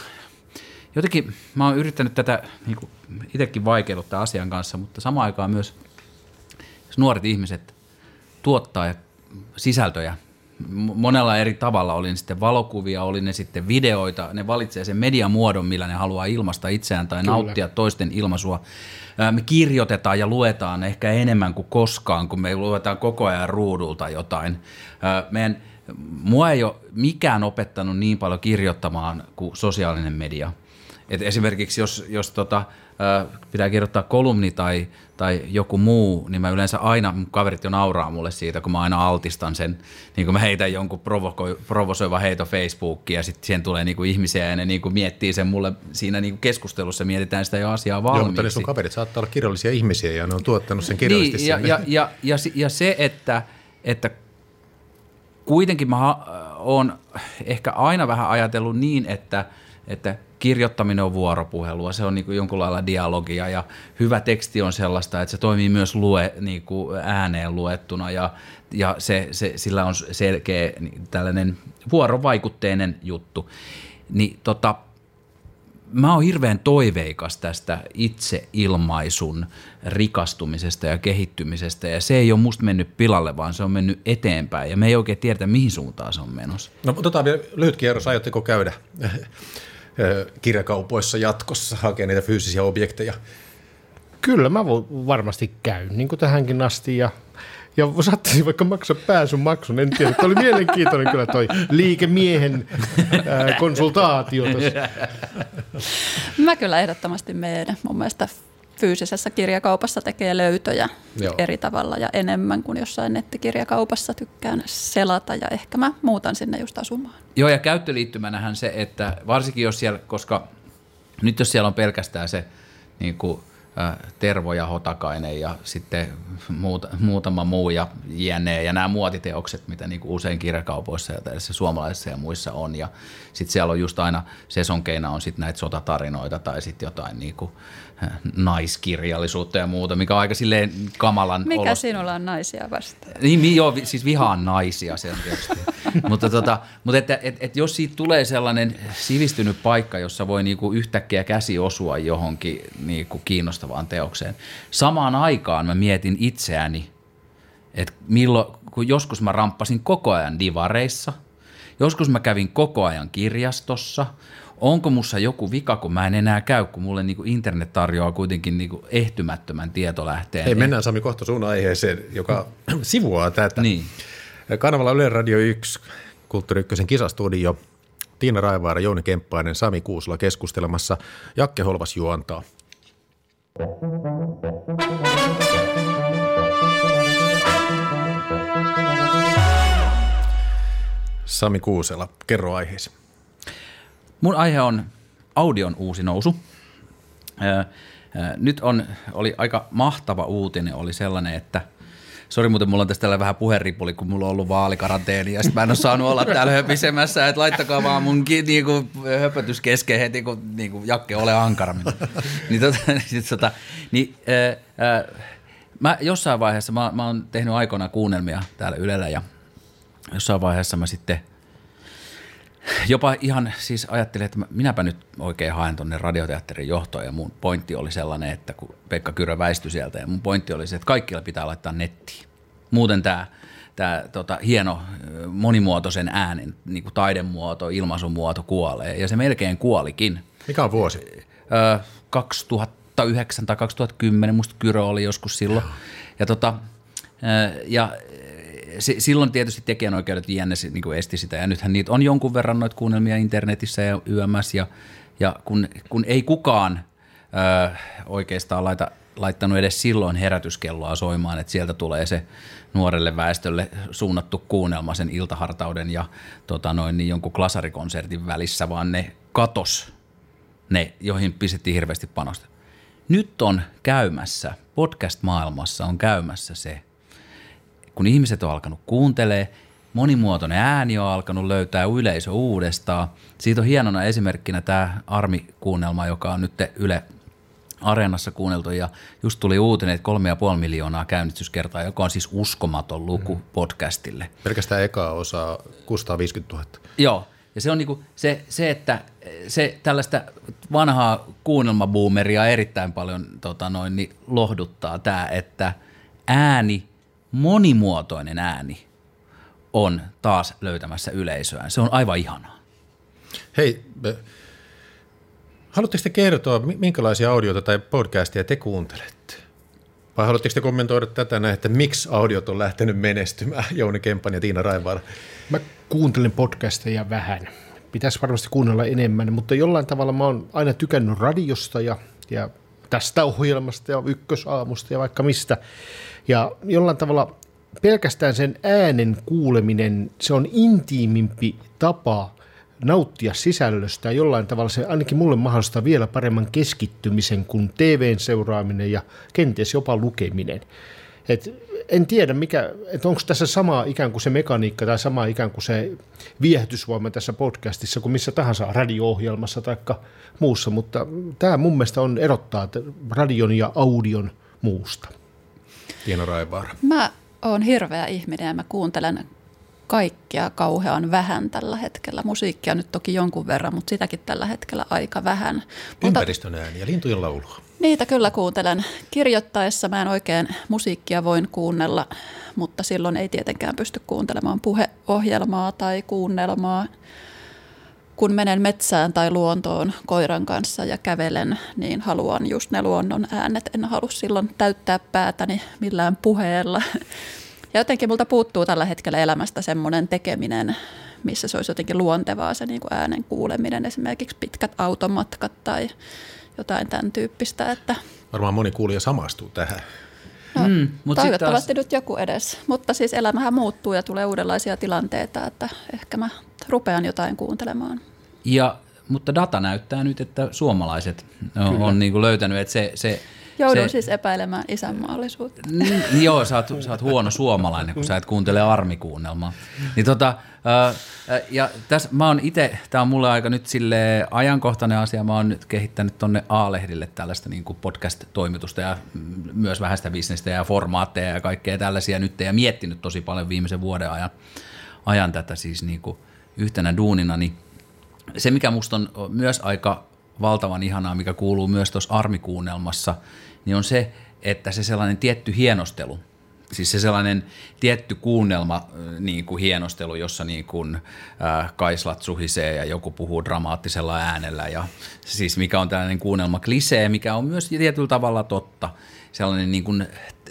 jotenkin mä oon yrittänyt tätä niin kuin itsekin vaikeiluttaa asian kanssa, mutta samaan aikaan myös jos nuoret ihmiset tuottaa sisältöjä monella eri tavalla, oli ne sitten valokuvia, oli ne sitten videoita, ne valitsee sen mediamuodon, millä ne haluaa ilmaista itseään tai nauttia toisten ilmaisua. Me kirjoitetaan ja luetaan ehkä enemmän kuin koskaan, kun me luetaan koko ajan ruudulta jotain. Mua ei ole mikään opettanut niin paljon kirjoittamaan kuin sosiaalinen media. Et esimerkiksi jos pitää kirjoittaa kolumni tai joku muu, niin mä yleensä aina, mun kaverit jo nauraa mulle siitä, kun mä aina altistan sen, niin kun mä heitän jonkun provosoiva heito Facebookiin ja sitten siihen tulee niinku ihmisiä ja ne niinku miettii sen mulle siinä niinku keskustelussa, mietitään sitä jo asiaa valmiiksi. Joo, mutta ne sun kaverit saattaa olla kirjallisia ihmisiä ja ne on tuottanut sen kirjallisesti niin, ja se, että kuitenkin mä oon ehkä aina vähän ajatellut niin, että kirjoittaminen on vuoropuhelua, se on niin kuin jonkun lailla dialogia ja hyvä teksti on sellaista, että se toimii myös niin kuin ääneen luettuna ja sillä on selkeä tällainen vuorovaikutteinen juttu. Niin mä oon hirveän toiveikas tästä itseilmaisun rikastumisesta ja kehittymisestä ja se ei ole musta mennyt pilalle, vaan se on mennyt eteenpäin ja me ei oikein tiedetä, mihin suuntaan se on menossa. No otetaan vielä lyhyt kierros, aiotteko käydä kirjakaupoissa jatkossa hakea niitä fyysisiä objekteja? Kyllä mä varmasti käyn, niin kuin tähänkin asti ja saattaisin vaikka maksaa pääsyn maksun, en tiedä. Tämä oli mielenkiintoinen kyllä toi liikemiehen konsultaatio tässä. Mä kyllä ehdottomasti menen. Mun mielestä fyysisessä kirjakaupassa tekee löytöjä eri tavalla ja enemmän kuin jossain nettikirjakaupassa tykkään selata ja ehkä mä muutan sinne just asumaan. Joo ja käyttöliittymänähän se, että varsinkin jos siellä, koska nyt jos siellä on pelkästään se niin kuin Tervo ja Hotakainen ja sitten muutama muu ja jne. Ja nämä muotiteokset, mitä niin kuin usein kirjakaupoissa ja tällaisissa suomalaisissa ja muissa on. Ja sitten siellä on just aina sesonkeina on sitten näitä sotatarinoita tai sitten jotain niin kuin naiskirjallisuutta ja muuta, mikä on aika silleen kamalan Mikä sinulla on naisia vastaan? Niin, joo, siis vihaan naisia se on tietysti. mutta että jos siitä tulee sellainen sivistynyt paikka, jossa voi niinku yhtäkkiä käsi osua johonkin niinku kiinnostavaan teokseen. Samaan aikaan mä mietin itseäni, että kun joskus mä ramppasin koko ajan divareissa, joskus mä kävin koko ajan kirjastossa. Onko mussa joku vika, kun mä en enää käy, kun mulle niinku internet tarjoaa kuitenkin niinku ehtymättömän tietolähteen. Hei, mennään Sami kohta sun aiheeseen, joka sivuaa tätä. Niin. Kanavalla Yle Radio 1, Kulttuuri Ykkösen kisastudio, Tiina Raivaara, Jouni Kemppainen, Sami Kuusula keskustelemassa. Jakke Holvas juontaa. Sami Kuusela, kerro aiheesi. Mun aihe on audion uusi nousu. Nyt oli aika mahtava uutinen, oli sellainen, että sori muuten, mulla on tästä vähän puheripuli, kun mulla on ollut vaalikaranteeni ja sitten mä en ole saanut olla täällä höpisemässä, että laittakaa vaan mun niinku, höpötys kesken heti, kun niinku, Jakke, ole ankarammin. Mä jossain vaiheessa, mä oon tehnyt aikoinaan kuunnelmia täällä Ylellä ja jossain vaiheessa mä sitten jopa ihan siis ajattelin, että minäpä nyt oikein haen tuonne radioteatterin johtoon ja mun pointti oli sellainen, että kun Pekka Kyrö väistyi sieltä ja mun pointti oli se, että kaikilla pitää laittaa nettiin. Muuten tämä hieno monimuotoisen äänen niin kuin taidemuoto, ilmaisumuoto kuolee ja se melkein kuolikin. Mikä on vuosi? 2009 tai 2010, musta Kyrö oli joskus silloin. Ja silloin tietysti tekijänoikeudet JNS niin esti sitä, ja nythän niitä on jonkun verran noita kuunnelmia internetissä ja YMS, ja kun ei kukaan oikeastaan laittanut edes silloin herätyskelloa soimaan, että sieltä tulee se nuorelle väestölle suunnattu kuunnelma sen iltahartauden ja niin jonkun klasarikonsertin välissä, vaan ne katos ne, joihin pistettiin hirveästi panosta. Nyt on käymässä, podcast-maailmassa on käymässä se, kun ihmiset on alkanut kuuntelemaan, monimuotoinen ääni on alkanut löytää yleisö uudestaan. Siitä on hienona esimerkkinä tämä Armi-kuunnelma, joka on nyt Yle Areenassa kuunneltu ja just tuli uutinen, että 3,5 miljoonaa käynnistyskertaa, joka on siis uskomaton luku podcastille. Pelkästään ekaa osaa 650 000. Joo, ja se on niinku se, että se tällaista vanhaa kuunnelmaboomeria erittäin paljon niin lohduttaa tämä, että ääni, monimuotoinen ääni on taas löytämässä yleisöään. Se on aivan ihanaa. Hei, haluatteko te kertoa, minkälaisia audioita tai podcastia te kuuntelette? Vai haluatteko te kommentoida tätä näin, että miksi audiot on lähtenyt menestymään, Jouni Kemppainen ja Tiina Raivaara? Mä kuuntelen podcasteja vähän. Pitäisi varmasti kuunnella enemmän, mutta jollain tavalla mä oon aina tykännyt radiosta ja tästä ohjelmasta ja Ykkösaamusta ja vaikka mistä. Ja jollain tavalla pelkästään sen äänen kuuleminen, se on intiimimpi tapa nauttia sisällöstä. Ja jollain tavalla se ainakin mulle mahdollistaa vielä paremman keskittymisen kuin TVn seuraaminen ja kenties jopa lukeminen. en tiedä, että onko tässä sama ikään kuin se mekaniikka tai sama ikään kuin se viehätysvoima tässä podcastissa kuin missä tahansa radio-ohjelmassa tai muussa, mutta tämä mun mielestä erottaa radion ja audion muusta. Tiina Raivaara. Mä oon hirveä ihminen ja mä kuuntelen kaikkea kauhean vähän tällä hetkellä. Musiikkia nyt toki jonkun verran, mutta sitäkin tällä hetkellä aika vähän. Ympäristön ääni ja lintujen laulua. Niitä kyllä kuuntelen. Kirjoittaessa mä en oikein musiikkia voin kuunnella, mutta silloin ei tietenkään pysty kuuntelemaan puheohjelmaa tai kuunnelmaa. Kun menen metsään tai luontoon koiran kanssa ja kävelen, niin haluan just ne luonnon äänet. En halua silloin täyttää päätäni millään puheella. Ja jotenkin multa puuttuu tällä hetkellä elämästä semmoinen tekeminen, missä se olisi jotenkin luontevaa se niin kuin äänen kuuleminen, esimerkiksi pitkät automatkat tai jotain tämän tyyppistä. Että Varmaan moni kuulija samastuu tähän. No, toivottavasti nyt joku edes, mutta siis elämähän muuttuu ja tulee uudenlaisia tilanteita, että ehkä mä rupean jotain kuuntelemaan. Mutta data näyttää nyt, että suomalaiset on niin kuin löytänyt, että se Joudun siis epäilemään isänmaallisuutta. Joo, sä oot huono suomalainen, kun sä et kuuntele armikuunnelmaa. Niin ja tässä mä oon itse, tää on mulle aika nyt sille ajankohtainen asia, mä oon nyt kehittänyt tonne A-lehdille tällaista niin kuin podcast-toimitusta ja myös vähän sitä bisnestä ja formaatteja ja kaikkea tällaisia nyt ja miettinyt tosi paljon viimeisen vuoden ajan tätä siis niin kuin yhtenä duunina, niin se mikä musta on myös aika valtavan ihanaa, mikä kuuluu myös tuossa armikuunnelmassa, niin on se, että se sellainen tietty hienostelu, siis se sellainen tietty kuunnelma niin kuin hienostelu, jossa niin kuin, kaislat suhisee ja joku puhuu dramaattisella äänellä ja siis mikä on tällainen kuunnelma klisee, mikä on myös tietyllä tavalla totta, sellainen niin kuin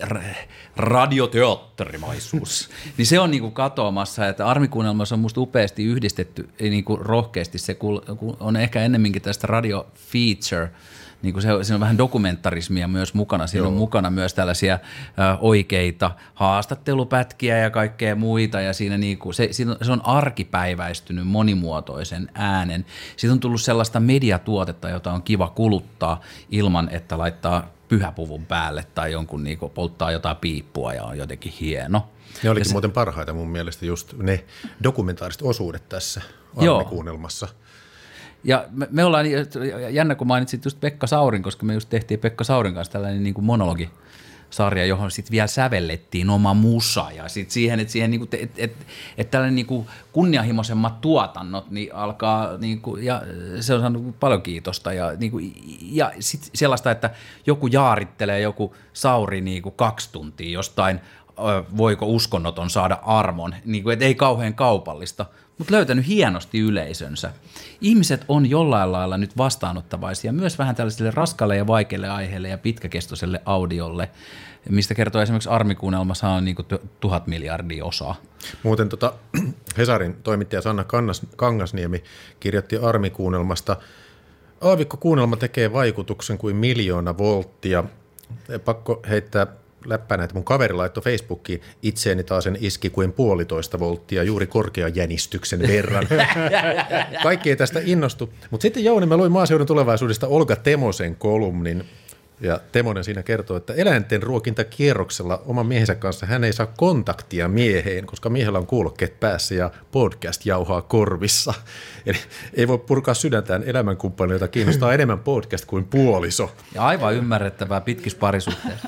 radioteatterimaisuus, niin se on niin kuin katoamassa, että armikuunnelmassa on musta upeasti yhdistetty niin kuin rohkeasti, se on ehkä ennemminkin tästä radio feature, niin kuin siinä on vähän dokumentarismia myös mukana, siinä on mukana myös tällaisia oikeita haastattelupätkiä ja kaikkea muita ja siinä niin kuin, se on arkipäiväistynyt monimuotoisen äänen. Siitä on tullut sellaista mediatuotetta, jota on kiva kuluttaa ilman, että laittaa pyhäpuvun päälle tai jonkun niin kuin polttaa jotain piippua ja on jotenkin hieno. Ne olikin muuten parhaita mun mielestä just ne dokumentaariset osuudet tässä armikuunnelmassa. Ja me ollaan, jännä kun mainitsit just Pekka Saurin, koska me just tehtiin Pekka Saurin kanssa tällainen niin kuin monologisarja, johon sitten vielä sävellettiin oma musa ja sitten siihen, että tällainen niin kuin kunnianhimoisemmat tuotannot niin alkaa, niin kuin, ja se on saanut paljon kiitosta ja sitten sellaista, että joku jaarittelee joku Sauri niin kuin 2 tuntia jostain, voiko uskonnoton saada armon, niin kuin, että ei kauhean kaupallista, mutta löytänyt hienosti yleisönsä. Ihmiset on jollain lailla nyt vastaanottavaisia myös vähän tällaisille raskaille ja vaikeille aiheille ja pitkäkestoiselle audiolle, mistä kertoo esimerkiksi armikuunnelmassa on niin kuin 1000 miljardia osaa. Muuten Hesarin toimittaja Sanna Kangasniemi kirjoitti armikuunnelmasta, aavikkokuunnelma tekee vaikutuksen kuin 1,000,000 volttia. Pakko heittää läppää näitä. Mun kaveri laittoi Facebookiin, itseeni taas sen iski kuin 1,5 volttia juuri korkean jänistyksen verran. Kaikki ei tästä innostu. Mutta sitten Jouni, mä luin Maaseudun tulevaisuudesta Olga Temosen kolumnin. Ja Temonen siinä kertoo, että eläinten ruokintakierroksella oman miehensä kanssa hän ei saa kontaktia mieheen, koska miehellä on kuulokkeet päässä ja podcast jauhaa korvissa. Eli ei voi purkaa sydäntään elämänkumppaneita, jota kiinnostaa enemmän podcast kuin puoliso. Ja aivan ymmärrettävää pitkissä parisuhteissa.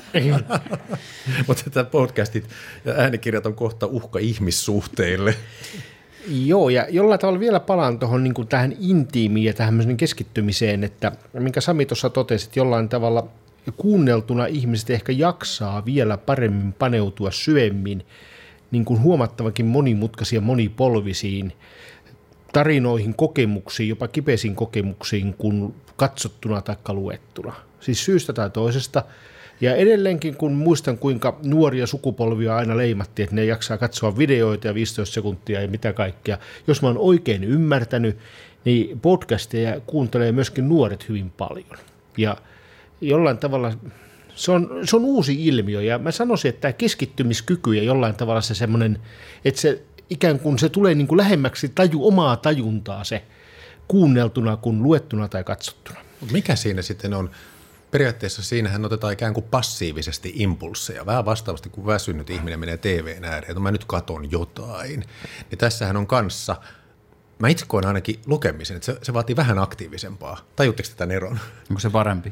Mutta tämä podcastit ja äänikirjat on kohta uhka ihmissuhteille. Joo, ja jollain tavalla vielä palaan tuohon niin kuin tähän intiimiin ja tähän keskittymiseen, että minkä Sami tuossa totesi, että jollain tavalla kuunneltuna ihmiset ehkä jaksaa vielä paremmin paneutua syvemmin niin kuin huomattavankin monimutkaisiin ja monipolvisiin tarinoihin, kokemuksiin, jopa kipeisiin kokemuksiin kuin katsottuna tai luettuna. Siis syystä tai toisesta. Ja edelleenkin, kun muistan, kuinka nuoria sukupolvia aina leimattiin, että ne jaksaa katsoa videoita ja 15 sekuntia ja mitä kaikkea. Jos mä oon oikein ymmärtänyt, niin podcasteja kuuntelee myöskin nuoret hyvin paljon. Ja jollain tavalla se on uusi ilmiö. Ja mä sanoisin, että tämä keskittymiskyky ja jollain tavalla se semmoinen, että se ikään kuin se tulee niin kuin lähemmäksi omaa tajuntaa se kuunneltuna kuin luettuna tai katsottuna. Mikä siinä sitten on periaatteessa siinähän otetaan ikään kuin passiivisesti impulsseja, vähän vastaavasti kuin väsynyt ihminen menee TV:n ääreen, että mä nyt katon jotain. Niin tässähän on kanssa, mä itse koen ainakin lukemisen, että se vaatii vähän aktiivisempaa. Tajutteko tämän eron? Onko se parempi?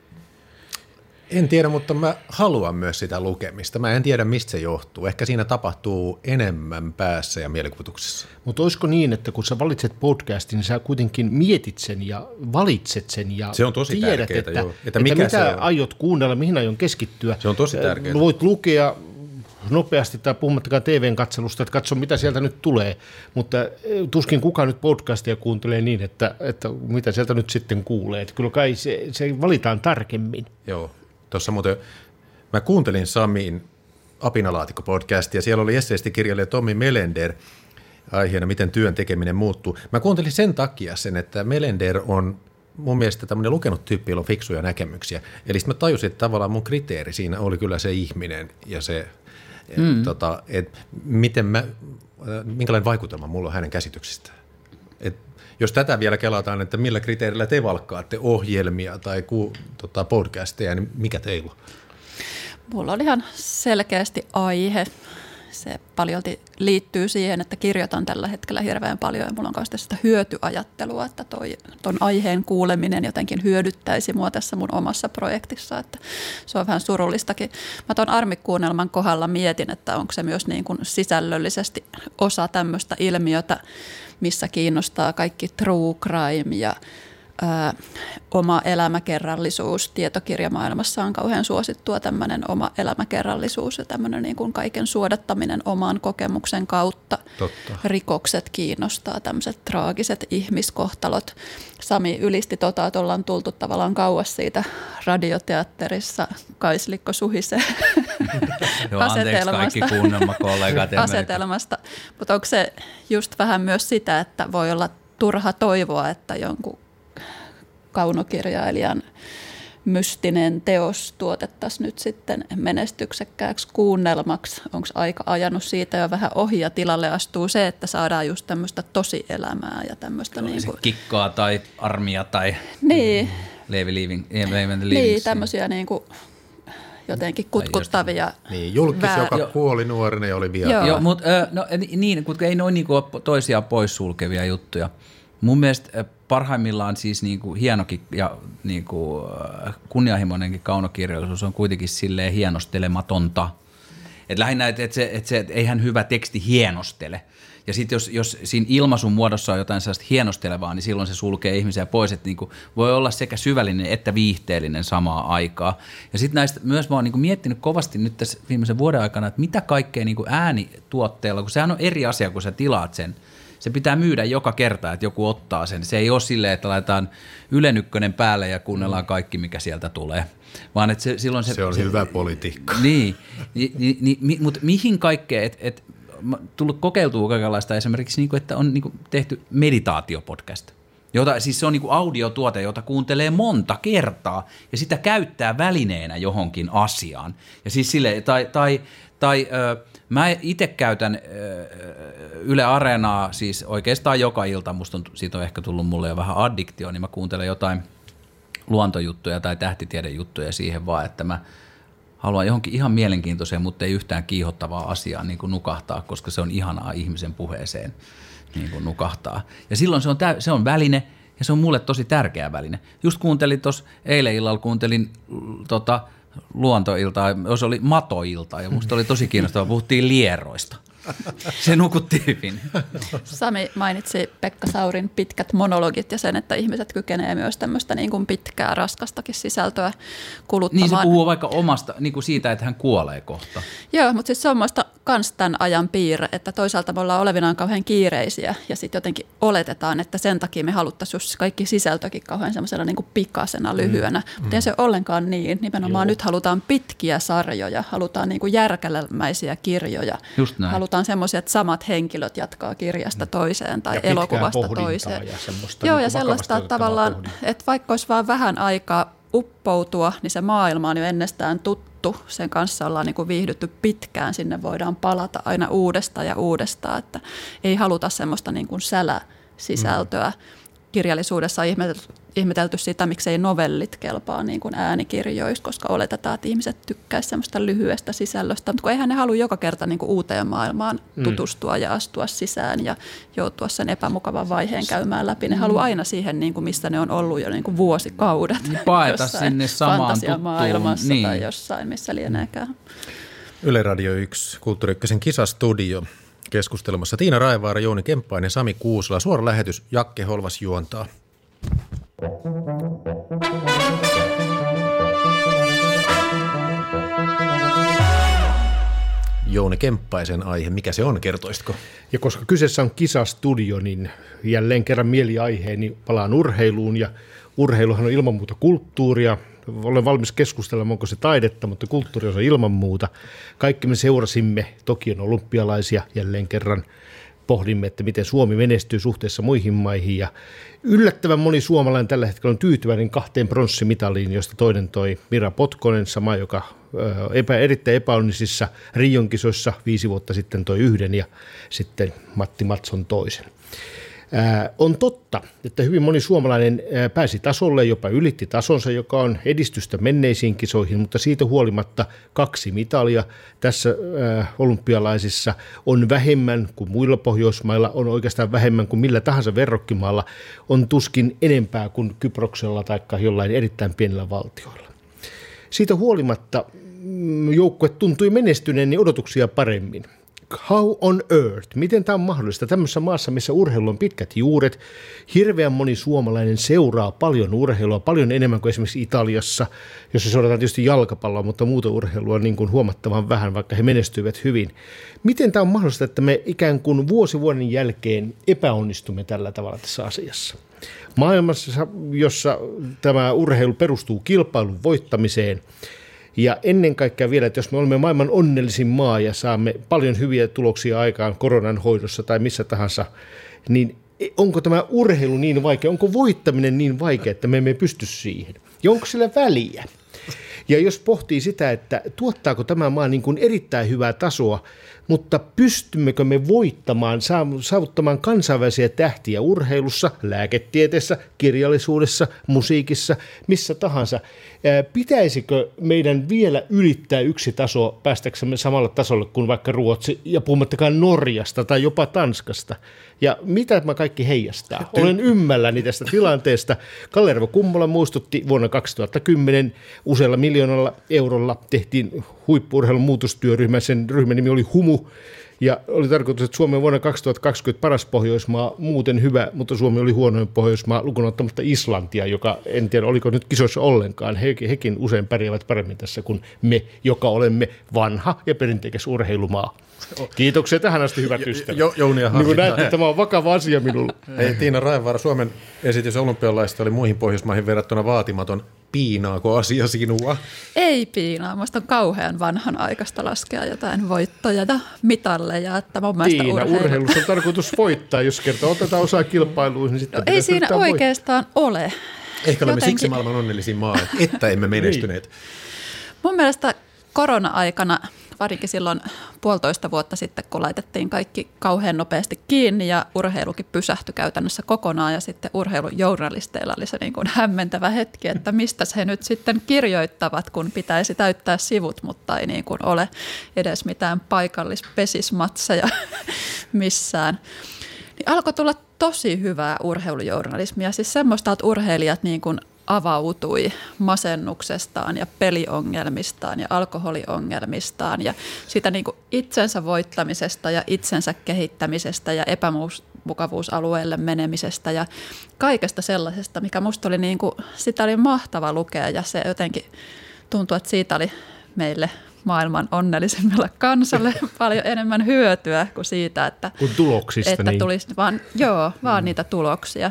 En tiedä, mutta mä haluan myös sitä lukemista. Mä en tiedä, mistä se johtuu. Ehkä siinä tapahtuu enemmän päässä ja mielikuvituksessa. Mutta olisiko niin, että kun sä valitset podcastin, niin sä kuitenkin mietit sen ja valitset sen ja se on tosi tiedät, tärkeää, että mikä mitä se on. aiot kuunnella, mihin aion keskittyä. Se on tosi tärkeää. Voit lukea nopeasti tai puhumattakaan TVn katselusta, että katso mitä sieltä nyt tulee, mutta tuskin kukaan nyt podcastia kuuntelee niin, että mitä sieltä nyt sitten kuulee. Että kyllä kai se valitaan tarkemmin. Joo. Tuossa muuten mä kuuntelin Samin Apinalaatikko-podcastia, ja siellä oli esseistikirjailija Tommi Melender aiheena, miten työn tekeminen muuttuu. Mä kuuntelin sen takia sen, että Melender on mun mielestä tämmöinen lukenut tyyppi, jolla on fiksuja näkemyksiä. Eli sitten mä tajusin, että tavallaan mun kriteeri siinä oli kyllä se ihminen ja se, minkälainen vaikutelma mulla on hänen käsityksistään. Jos tätä vielä kelataan, että millä kriteerillä te valkkaatte ohjelmia tai podcasteja, niin mikä teillä on? Mulla on ihan selkeästi aihe. Se paljolti liittyy siihen, että kirjoitan tällä hetkellä hirveän paljon ja mulla on myös sitä hyötyajattelua, että ton aiheen kuuleminen jotenkin hyödyttäisi mua tässä mun omassa projektissa, että se on vähän surullistakin. Mä ton armikuunnelman kohdalla mietin, että onko se myös niin kuin sisällöllisesti osa tämmöistä ilmiötä, missä kiinnostaa kaikki true crime ja oma elämäkerrallisuus. Tietokirjamaailmassa on kauhean suosittua tämmöinen oma elämäkerrallisuus ja tämmöinen niin kuin kaiken suodattaminen oman kokemuksen kautta. Totta. Rikokset kiinnostaa, tämmöiset traagiset ihmiskohtalot. Sami ylisti että ollaan tultu tavallaan kauas siitä radioteatterissa Kaislikko suhisee asetelmasta. Mutta onko se just vähän myös sitä, että voi olla turha toivoa, että jonkun kaunokirjailijan mystinen teos tuotettaisiin nyt sitten menestyksekkääksi kuunnelmaksi. Onko aika ajanut siitä jo vähän ohi ja tilalle astuu se, että saadaan just tämmöistä tosielämää ja tämmöistä niin kuin kikkaa tai armia tai niin. Niin, tämmöisiä niin kuin jotenkin kutkuttavia. Niin, julkis, joka kuoli nuorena ja oli vielä. Joo, mutta niin, kun ei noin niinku toisiaan poissulkevia juttuja. Mun mielestä parhaimmillaan siis niinku hienokin ja niinku kunnianhimoinenkin kaunokirjallisuus on kuitenkin silleen hienostelematonta. Et lähinnä, että eihän hyvä teksti hienostele. Ja sitten jos siinä ilmaisun muodossa on jotain sellaista hienostelevaa, niin silloin se sulkee ihmisiä pois, että niinku voi olla sekä syvällinen että viihteellinen samaa aikaa. Ja sitten näistä myös mä oon niinku miettinyt kovasti nyt tässä viimeisen vuoden aikana, että mitä kaikkea niinku äänituotteella, kun sehän on eri asia, kun sä tilaat sen. Se pitää myydä joka kerta, että joku ottaa sen. Se ei ole silleen, että laitetaan Ylen Ykkönen päälle ja kuunnellaan kaikki, mikä sieltä tulee. Vaan että silloin se on hyvä politiikka. Niin, mutta mihin kaikkeen, että tullut kokeiltua kaikenlaista esimerkiksi, että on tehty meditaatiopodcast. Siis se on audiotuote, jota kuuntelee monta kertaa ja sitä käyttää välineenä johonkin asiaan. Ja siis sille, mä itse käytän Yle Areenaa siis oikeastaan joka ilta, siitä on ehkä tullut mulle jo vähän addiktio, niin mä kuuntelen jotain luontojuttuja tai tähtitiedejuttuja siihen vaan, että mä haluan johonkin ihan mielenkiintoiseen, mutta ei yhtään kiihottavaa asiaa niin kuin nukahtaa, koska se on ihanaa ihmisen puheeseen niin kuin nukahtaa. Ja silloin se on väline ja se on mulle tosi tärkeä väline. Just kuuntelin tuossa eilen illalla, luontoiltaa, se oli matoilta ja musta oli tosi kiinnostavaa, puhuttiin lieroista. Se nukutti hyvin. Sami mainitsi Pekka Saurin pitkät monologit ja sen, että ihmiset kykenevät myös tämmöistä niin kuin pitkää, raskastakin sisältöä kuluttamaan. Niin se puhuu vaikka omasta, niin kuin siitä, että hän kuolee kohta. Joo, mutta siis se on muista kans tämän ajan piirre, että toisaalta me ollaan olevinaan kauhean kiireisiä ja sitten jotenkin oletetaan, että sen takia me haluttaisiin just kaikki sisältökin kauhean semmoisena niin kuin pikasena, lyhyenä. Mutta ei se ollenkaan niin. Nimenomaan nyt halutaan pitkiä sarjoja, halutaan niin kuin järkälemäisiä kirjoja. Just näin. Halutaan semmoisia, että samat henkilöt jatkaa kirjasta toiseen tai ja elokuvasta toiseen. Joo, niin ja sellaista tavallaan, että vaikka olisi vaan vähän aikaa uppoutua, niin se maailma on jo ennestään tuttu. Sen kanssa ollaan niin kuin viihdytty pitkään, sinne voidaan palata aina uudestaan ja uudestaan, että ei haluta semmoista niin kuin säläsisältöä. Kirjallisuudessa ihmetelty sitä, miksei novellit kelpaa niin kuin äänikirjoista, koska oletetaan, että ihmiset tykkäisivät semmoista lyhyestä sisällöstä, mutta kun eihän ne halua joka kerta niin kuin uuteen maailmaan tutustua ja astua sisään ja joutua sen epämukavan vaiheen käymään läpi. Ne haluaa aina siihen, niin kuin missä ne on ollut jo niin kuin vuosikaudet. Paeta sinne samaan fantasiamaailmassa tuttuun. tai jossain, missä lieneekään. Yle Radio 1, Kulttuuri Ykkösen kisastudio. Keskustelemassa Tiina Raivaara, Jouni Kemppainen ja Sami Kuusela. Suora lähetys, Jakke Holvas juontaa. Jouni Kemppaisen aihe, mikä se on, kertoisitko? Ja koska kyseessä on kisastudio, niin jälleen kerran mieliaiheeni palaan urheiluun, ja urheiluhan on ilman muuta kulttuuria. Olen valmis keskustelemaan, onko se taidetta, mutta kulttuuri on se ilman muuta. Kaikki me seurasimme Tokion olympialaisia jälleen kerran. Pohdimme, että miten Suomi menestyy suhteessa muihin maihin, ja yllättävän moni suomalainen tällä hetkellä on tyytyväinen 2 pronssimitaliin, josta toinen toi Mira Potkonen, sama joka erittäin epäonnisissa Rion kisoissa 5 vuotta sitten toi 1 ja sitten Matti Matson toisen. On totta, että hyvin moni suomalainen pääsi tasolle, jopa ylitti tasonsa, joka on edistystä menneisiin kisoihin, mutta siitä huolimatta 2 mitalia tässä olympialaisissa on vähemmän kuin muilla Pohjoismailla, on oikeastaan vähemmän kuin millä tahansa verrokkimaalla, on tuskin enempää kuin Kyproksella tai jollain erittäin pienellä valtioilla. Siitä huolimatta joukkue tuntui menestyneen niin odotuksia paremmin. How on earth? Miten tämä on mahdollista? Tämmöisessä maassa, missä urheilu on pitkät juuret, hirveän moni suomalainen seuraa paljon urheilua, paljon enemmän kuin esimerkiksi Italiassa, jossa seurataan tietysti jalkapalloa, mutta muuta urheilua niin kuin huomattavan vähän, vaikka he menestyivät hyvin. Miten tämä on mahdollista, että me ikään kuin vuoden jälkeen epäonnistumme tällä tavalla tässä asiassa? Maailmassa, jossa tämä urheilu perustuu kilpailun voittamiseen, ja ennen kaikkea vielä, että jos me olemme maailman onnellisin maa ja saamme paljon hyviä tuloksia aikaan koronan hoidossa tai missä tahansa, niin onko tämä urheilu niin vaikea, onko voittaminen niin vaikea, että me emme pysty siihen? Ja onko sillä väliä? Ja jos pohtii sitä, että tuottaako tämä maa niin kuin erittäin hyvää tasoa, mutta pystymmekö me voittamaan, saavuttamaan kansainvälisiä tähtiä urheilussa, lääketieteessä, kirjallisuudessa, musiikissa, missä tahansa? Pitäisikö meidän vielä ylittää yksi taso päästäksemme samalle tasolle kuin vaikka Ruotsi ja puhumattakaan Norjasta tai jopa Tanskasta? Ja mitä tämä kaikki heijastaa? Olen ymmälläni tästä tilanteesta. Kalervo Kummola muistutti vuonna 2010 usealla miljoonalla eurolla tehtiin huippu-urheilun muutostyöryhmä. Sen ryhmän nimi oli HUMU. Ja oli tarkoitus, että Suomi on vuonna 2020 paras Pohjoismaa, muuten hyvä, mutta Suomi oli huonoin Pohjoismaa lukuun ottamatta Islantia, joka en tiedä oliko nyt kisoissa ollenkaan. Hekin usein pärjäävät paremmin tässä kuin me, joka olemme vanha ja perinteikäs urheilumaa. Kiitoksia tähän asti, hyvät ystävät. Niin kuin näette, tämä on vakava asia minulle. Hei, Tiina Raivaara, Suomen esitys olympialaista oli muihin Pohjoismaihin verrattuna vaatimaton. Piinaako asia sinua? Ei piinaa. Minusta on kauhean vanhanaikaista laskea jotain voittoja ja mitalleja. Että mun Tiina, urheilussa on tarkoitus voittaa. Jos kertaa otetaan osaa kilpailuihin, niin sitten ei siinä oikeastaan ole. Ehkä olemme siksi maailman onnellisin maa, että emme menestyneet. Mun mielestä korona-aikana, varsinkin silloin 1,5 vuotta sitten, kun laitettiin kaikki kauhean nopeasti kiinni ja urheilukin pysähtyi käytännössä kokonaan ja sitten urheilujournalisteilla oli se niin kuin hämmentävä hetki, että mistä he nyt sitten kirjoittavat, kun pitäisi täyttää sivut, mutta ei niin kuin ole edes mitään paikallispesismatseja missään. Niin alkoi tulla tosi hyvää urheilujournalismia, siis semmoista, että urheilijat niin kuin avautui masennuksestaan ja peliongelmistaan ja alkoholiongelmistaan ja siitä niin kuin itsensä voittamisesta ja itsensä kehittämisestä ja epämukavuusalueelle menemisestä ja kaikesta sellaisesta, mikä musta oli niin kuin, sitä oli mahtava lukea ja se jotenkin tuntui, että siitä oli meille maailman onnellisimmalle kansalle paljon enemmän hyötyä kuin siitä, että, tuloksista, että tulisi vaan niitä tuloksia.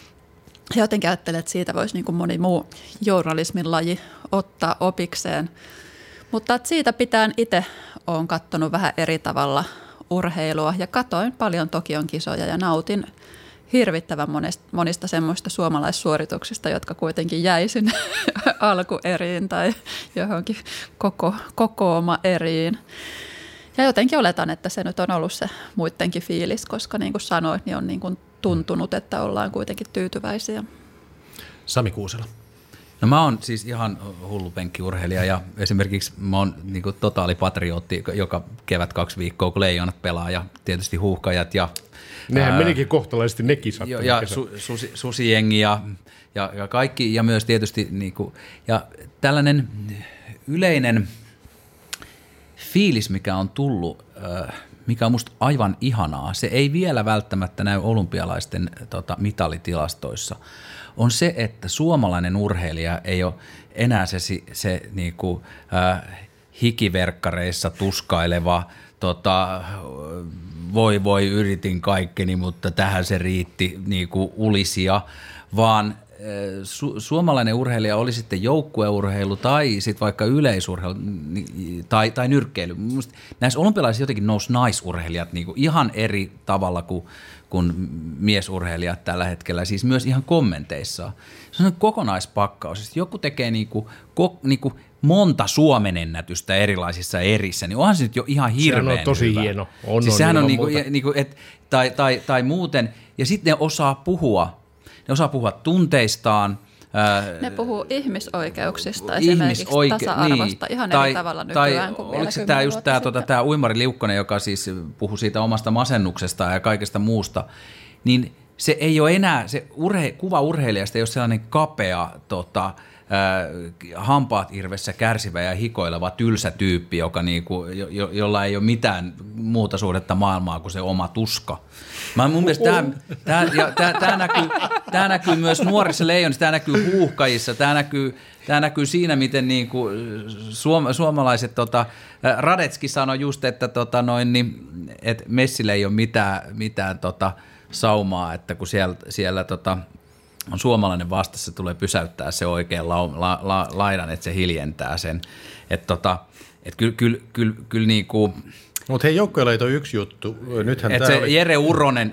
Ja jotenkin ajattelen, että siitä voisi niin kuin moni muu journalismin laji ottaa opikseen. Mutta että siitä pitää itse olen katsonut vähän eri tavalla urheilua ja katoin paljon Tokion kisoja ja nautin hirvittävän monista semmoista suomalaissuorituksista, jotka kuitenkin jäi sinne alkueriin tai johonkin kokooma eriin. Ja jotenkin oletan, että se nyt on ollut se muidenkin fiilis, koska niin kuin sanoit, niin on niin kuin tuntunut, että ollaan kuitenkin tyytyväisiä. Sami Kuusela. No mä oon siis ihan hullu penkkiurheilija ja esimerkiksi mä oon niinku totaalipatriotti joka kevät 2 viikkoa, kun Leijonat pelaa ja tietysti Huuhkajat ja Nehän menikin kohtalaisesti ne kisat. ja Susijengi ja kaikki ja myös tietysti niinku, ja tällainen yleinen fiilis, mikä on tullut, mikä on musta aivan ihanaa, se ei vielä välttämättä näy olympialaisten mitalitilastoissa, on se, että suomalainen urheilija ei ole enää se niinku, hikiverkkareissa tuskaileva, voi yritin kaikkeni, mutta tähän se riitti niinku ulisia, vaan suomalainen urheilija oli sitten joukkueurheilu tai sitten vaikka yleisurheilu tai nyrkkeily. Mielestäni näissä olympialaisissa jotenkin nousi naisurheilijat niinku ihan eri tavalla kuin miesurheilijat tällä hetkellä, siis myös ihan kommenteissaan. Se on kokonaispakkaus. Joku tekee niinku monta Suomen ennätystä erilaisissa erissä, niin onhan se nyt jo ihan hirveän hyvä. Sehän on tosi hieno. Siis sehän on tai muuten, ja sitten ne osaa puhua tunteistaan. Ne puhuu ihmisoikeuksista, esimerkiksi tasa-arvosta ihan eri tavalla nykyään kuin vielä 10 vuotta sitten. Tämä Uimari Liukkonen, joka siis puhui siitä omasta masennuksesta ja kaikesta muusta, niin se ei ole enää, se kuva urheilijasta ei ole sellainen kapea, hampaat irvessä kärsivä ja hikoileva tylsä tyyppi, jolla ei ole mitään muuta suhdetta maailmaa kuin se oma tuska. Mun mielestä tämä näkyy myös Nuorissa Leijonissa, tämä näkyy Huuhkajissa, tämä näkyy siinä, miten niinku suomalaiset, Radetski sanoi just, että että Messille ei ole mitään saumaa, että kun siellä on suomalainen vastassa, tulee pysäyttää se oikein laidan, että se hiljentää sen. Että kyllä niinku... Mutta hei, joukkueella ei toi yksi juttu. Nythän että se oli... Jere Uronen,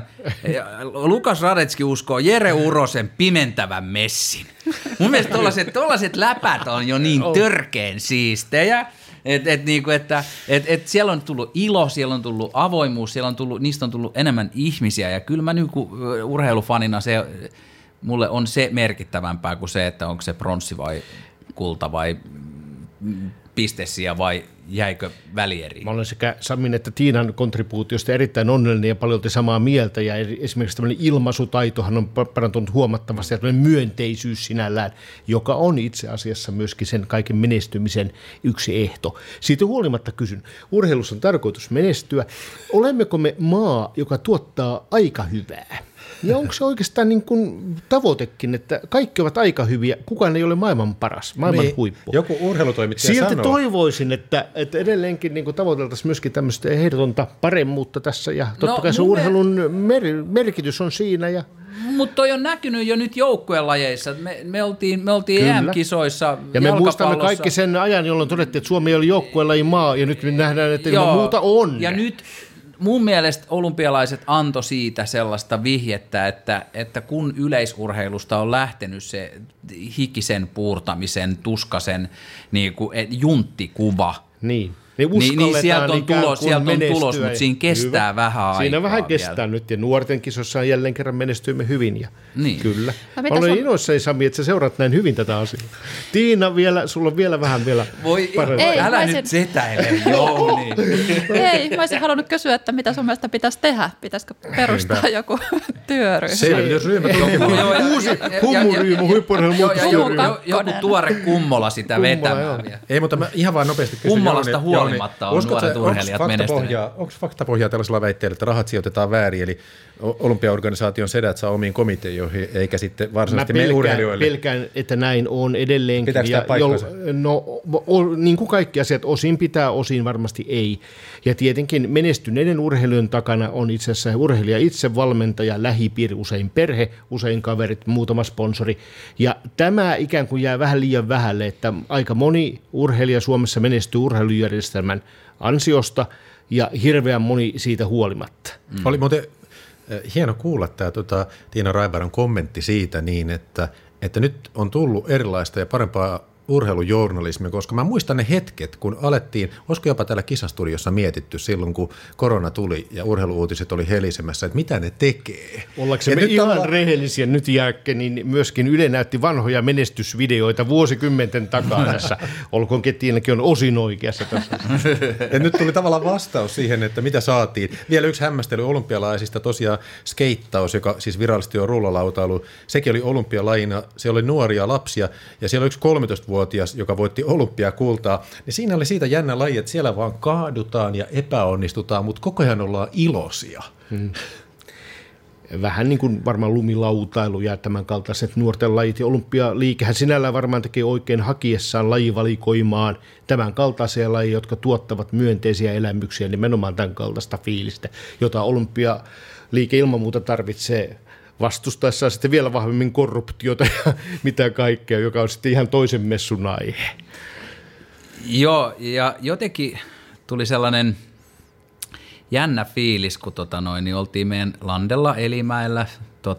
Lukas Radetski uskoo Jere Urosen pimentävän messin. Mun mielestä tollaset läpät on jo niin törkeen siistejä. Että siellä on tullut ilo, siellä on tullut avoimuus, niistä on tullut enemmän ihmisiä. Ja kyllä mä urheilufanina mulle on se merkittävämpää kuin se, että onko se pronssi vai kulta vai pistesiä vai jäikö välieriin. Mä olen sekä Samin että Tiinan kontribuutiosta erittäin onnellinen ja paljon samaa mieltä. Ja esimerkiksi tämmöinen ilmaisutaitohan on parantunut huomattavasti ja tämmöinen myönteisyys sinällään, joka on itse asiassa myöskin sen kaiken menestymisen yksi ehto. Siitä huolimatta kysyn, urheilussa on tarkoitus menestyä. Olemmeko me maa, joka tuottaa aika hyvää? Ja onko se oikeastaan niin kuin tavoitekin, että kaikki ovat aika hyviä, kukaan ei ole maailman paras, maailman huippu. Joku urheilutoimittaja silti sanoo. Toivoisin, että edelleenkin niin kuin tavoiteltaisiin myöskin tämmöistä ehdotonta paremmuutta tässä, ja totta kai se urheilun merkitys on siinä. Mutta toi on näkynyt jo nyt joukkuelajeissa. Me oltiin EM-kisoissa ja me muistamme kaikki sen ajan, jolloin todettiin, että Suomi oli joukkuelajin maa, ja nyt me nähdään, että ilman muuta on. Ja nyt mun mielestä olympialaiset antoi siitä sellaista vihjettä, että kun yleisurheilusta on lähtenyt se hikisen puurtamisen, tuskasen junttikuva, niin sieltä on tulos, mutta siinä kestää hyvä. Vähän aikaa. Siinä vähän kestää vielä. Nyt, ja nuorten kisossa jälleen kerran menestyimme hyvin. Ja niin. Kyllä. Olen iloissani, Sami, että sä seuraat näin hyvin tätä asiaa. Tiina, sulla on vielä vähän paremmin. Älä nyt setäile, Jouni. Ei, mä olisin halunnut kysyä, että mitä sun mielestä pitäisi tehdä. Pitäisikö perustaa joku työryhmä? Selvitysryhmä. Uusi hummuryhmä, huippu-urheilun muutosryhmä. Joku tuore Kummola sitä vetämään vielä. Ei, mutta mä ihan vaan nopeasti kysyn. Kummolasta huolimatta on nuoret urheilijat menestyneet. Onko faktapohjaa tällaisella väitteellä, että rahat sijoitetaan väärin, eli olympiaorganisaation sedät saa omiin komiteoihin, eikä sitten varsinaisesti meille urheilijoille? Mä pelkään, että näin on edelleenkin. Pitääkö tämä paikkansa? Niin kuin kaikki asiat, osin pitää, osin varmasti ei. Ja tietenkin menestyneiden urheilijoiden takana on itse asiassa urheilija itse, valmentaja, lähipiiri, usein perhe, usein kaverit, muutama sponsori. Ja tämä ikään kuin jää vähän liian vähälle, että aika moni urheilija Suomessa menestyy urheilujärjestelmän ansiosta ja hirveän moni siitä huolimatta. Oli muuten hieno kuulla tämä Tiina Raivaran kommentti siitä niin, että nyt on tullut erilaista ja parempaa urheilujournalismia, koska mä muistan ne hetket, kun alettiin, olisiko jopa täällä kisastudiossa mietitty silloin, kun korona tuli ja urheiluuutiset oli helisemässä, että mitä ne tekee. Ollaanko me ihan rehellisiä nyt Jääkke, niin myöskin Yle näytti vanhoja menestysvideoita vuosikymmenten takaa tässä. Olkoon Kettiinäkin on osin oikeassa tässä. Ja nyt tuli tavallaan vastaus siihen, että mitä saatiin. Vielä yksi hämmästely olympialaisista, tosiaan skeittaus, joka siis virallisesti on rullalautailu. Sekin oli olympialajina, se oli nuoria lapsia ja siellä oli yksi 13-vuotias, joka voitti olympiakultaa. Ja siinä oli siitä jännä laji, että siellä vaan kaadutaan ja epäonnistutaan, mutta koko ajan ollaan iloisia. Vähän niin kuin varmaan lumilautailu ja tämän kaltaiset nuorten lajit. Ja olympialiikehän sinällään varmaan tekee oikein hakiessaan lajivalikoimaan tämän kaltaisia lajeja, jotka tuottavat myönteisiä elämyksiä, nimenomaan tämän kaltaista fiilistä, jota olympialiike ilman muuta tarvitsee vastustaessaan sitten vielä vahvemmin korruptiota ja mitä kaikkea, joka on sitten ihan toisen messun aihe. Joo, ja jotenkin tuli sellainen jännä fiilis, kun niin oltiin meidän landella Elimäellä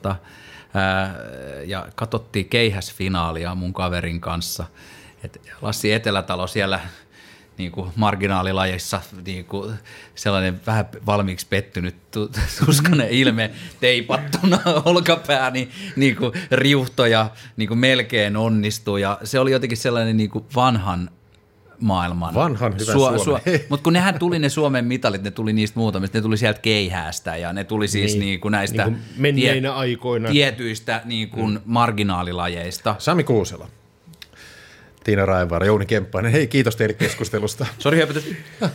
ja katsottiin keihäsfinaalia mun kaverin kanssa. Et Lassi Etelätalo siellä niin kuin marginaalilajissa niin kuin sellainen vähän valmiiksi pettynyt tuskainen ilme teipattuna olkapää, niin kuin riuhtoja niin kuin melkein onnistui. Ja se oli jotenkin sellainen niin kuin vanhan maailman. Vanhan hyvän Suomen. Mutta kun nehän tuli ne Suomen mitalit, ne tuli niistä muutamista, ne tuli sieltä keihäästä ja ne tuli siis niin kuin näistä niin kuin menneinä aikoina tietyistä niin kuin marginaalilajeista. Sami Kuusela, Tiina Raevaara, Jouni Kemppainen. Hei, kiitos teille keskustelusta. Sori höpötys.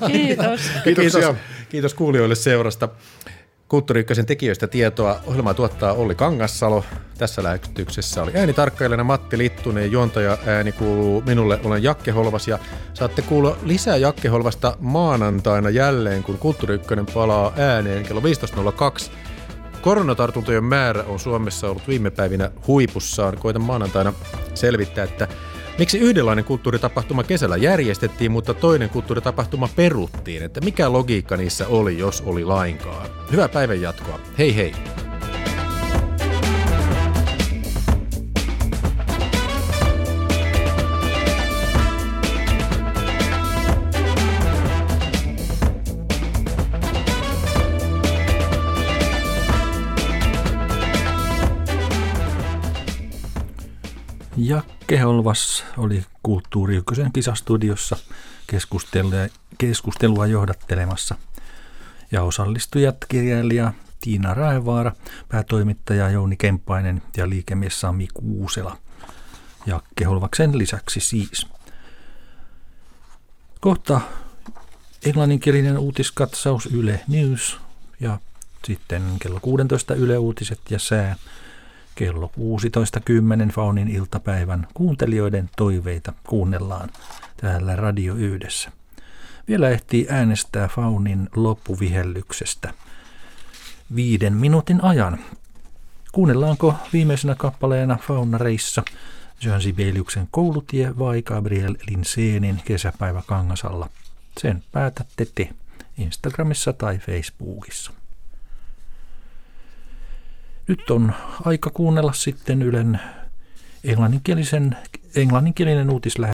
Kiitos kuulijoille seurasta. Kulttuuri Ykkösen tekijöistä tietoa. Ohjelmaa tuottaa Olli Kangassalo. Tässä lähetyksessä oli äänitarkkailijana Matti Littunen. Juontaja ääni kuuluu minulle. Olen Jakke Holvas ja saatte kuulla lisää Jakke Holvasta maanantaina jälleen, kun Kulttuuri Ykkönen palaa ääneen kello 15.02. Koronatartuntojen määrä on Suomessa ollut viime päivinä huipussaan. Koitan maanantaina selvittää, että miksi yhdenlainen kulttuuritapahtuma kesällä järjestettiin, mutta toinen kulttuuritapahtuma peruttiin? Että mikä logiikka niissä oli, jos oli lainkaan? Hyvää päivän jatkoa. Hei hei! Jakke Holvas oli Kulttuuri Ykkösen kisastudiossa keskustelua johdattelemassa. Ja osallistujat kirjailija Tiina Raevaara, päätoimittaja Jouni Kemppainen ja liikemies Sami Kuusela. Jakke Holvaksen lisäksi siis. Kohta englanninkielinen uutiskatsaus Yle News ja sitten kello 16 Yle Uutiset ja sää. Kello 16.10 Faunin iltapäivän kuuntelijoiden toiveita kuunnellaan täällä Radio Yhdessä. Vielä ehtii äänestää Faunin loppuvihellyksestä 5 minuutin ajan. Kuunnellaanko viimeisenä kappaleena Faunareissa Jean Sibeliuksen Koulutie vai Gabriel Lincénin Kesäpäivä Kangasalla? Sen päätätte te Instagramissa tai Facebookissa. Nyt on aika kuunnella sitten Ylen englanninkielinen uutislähetys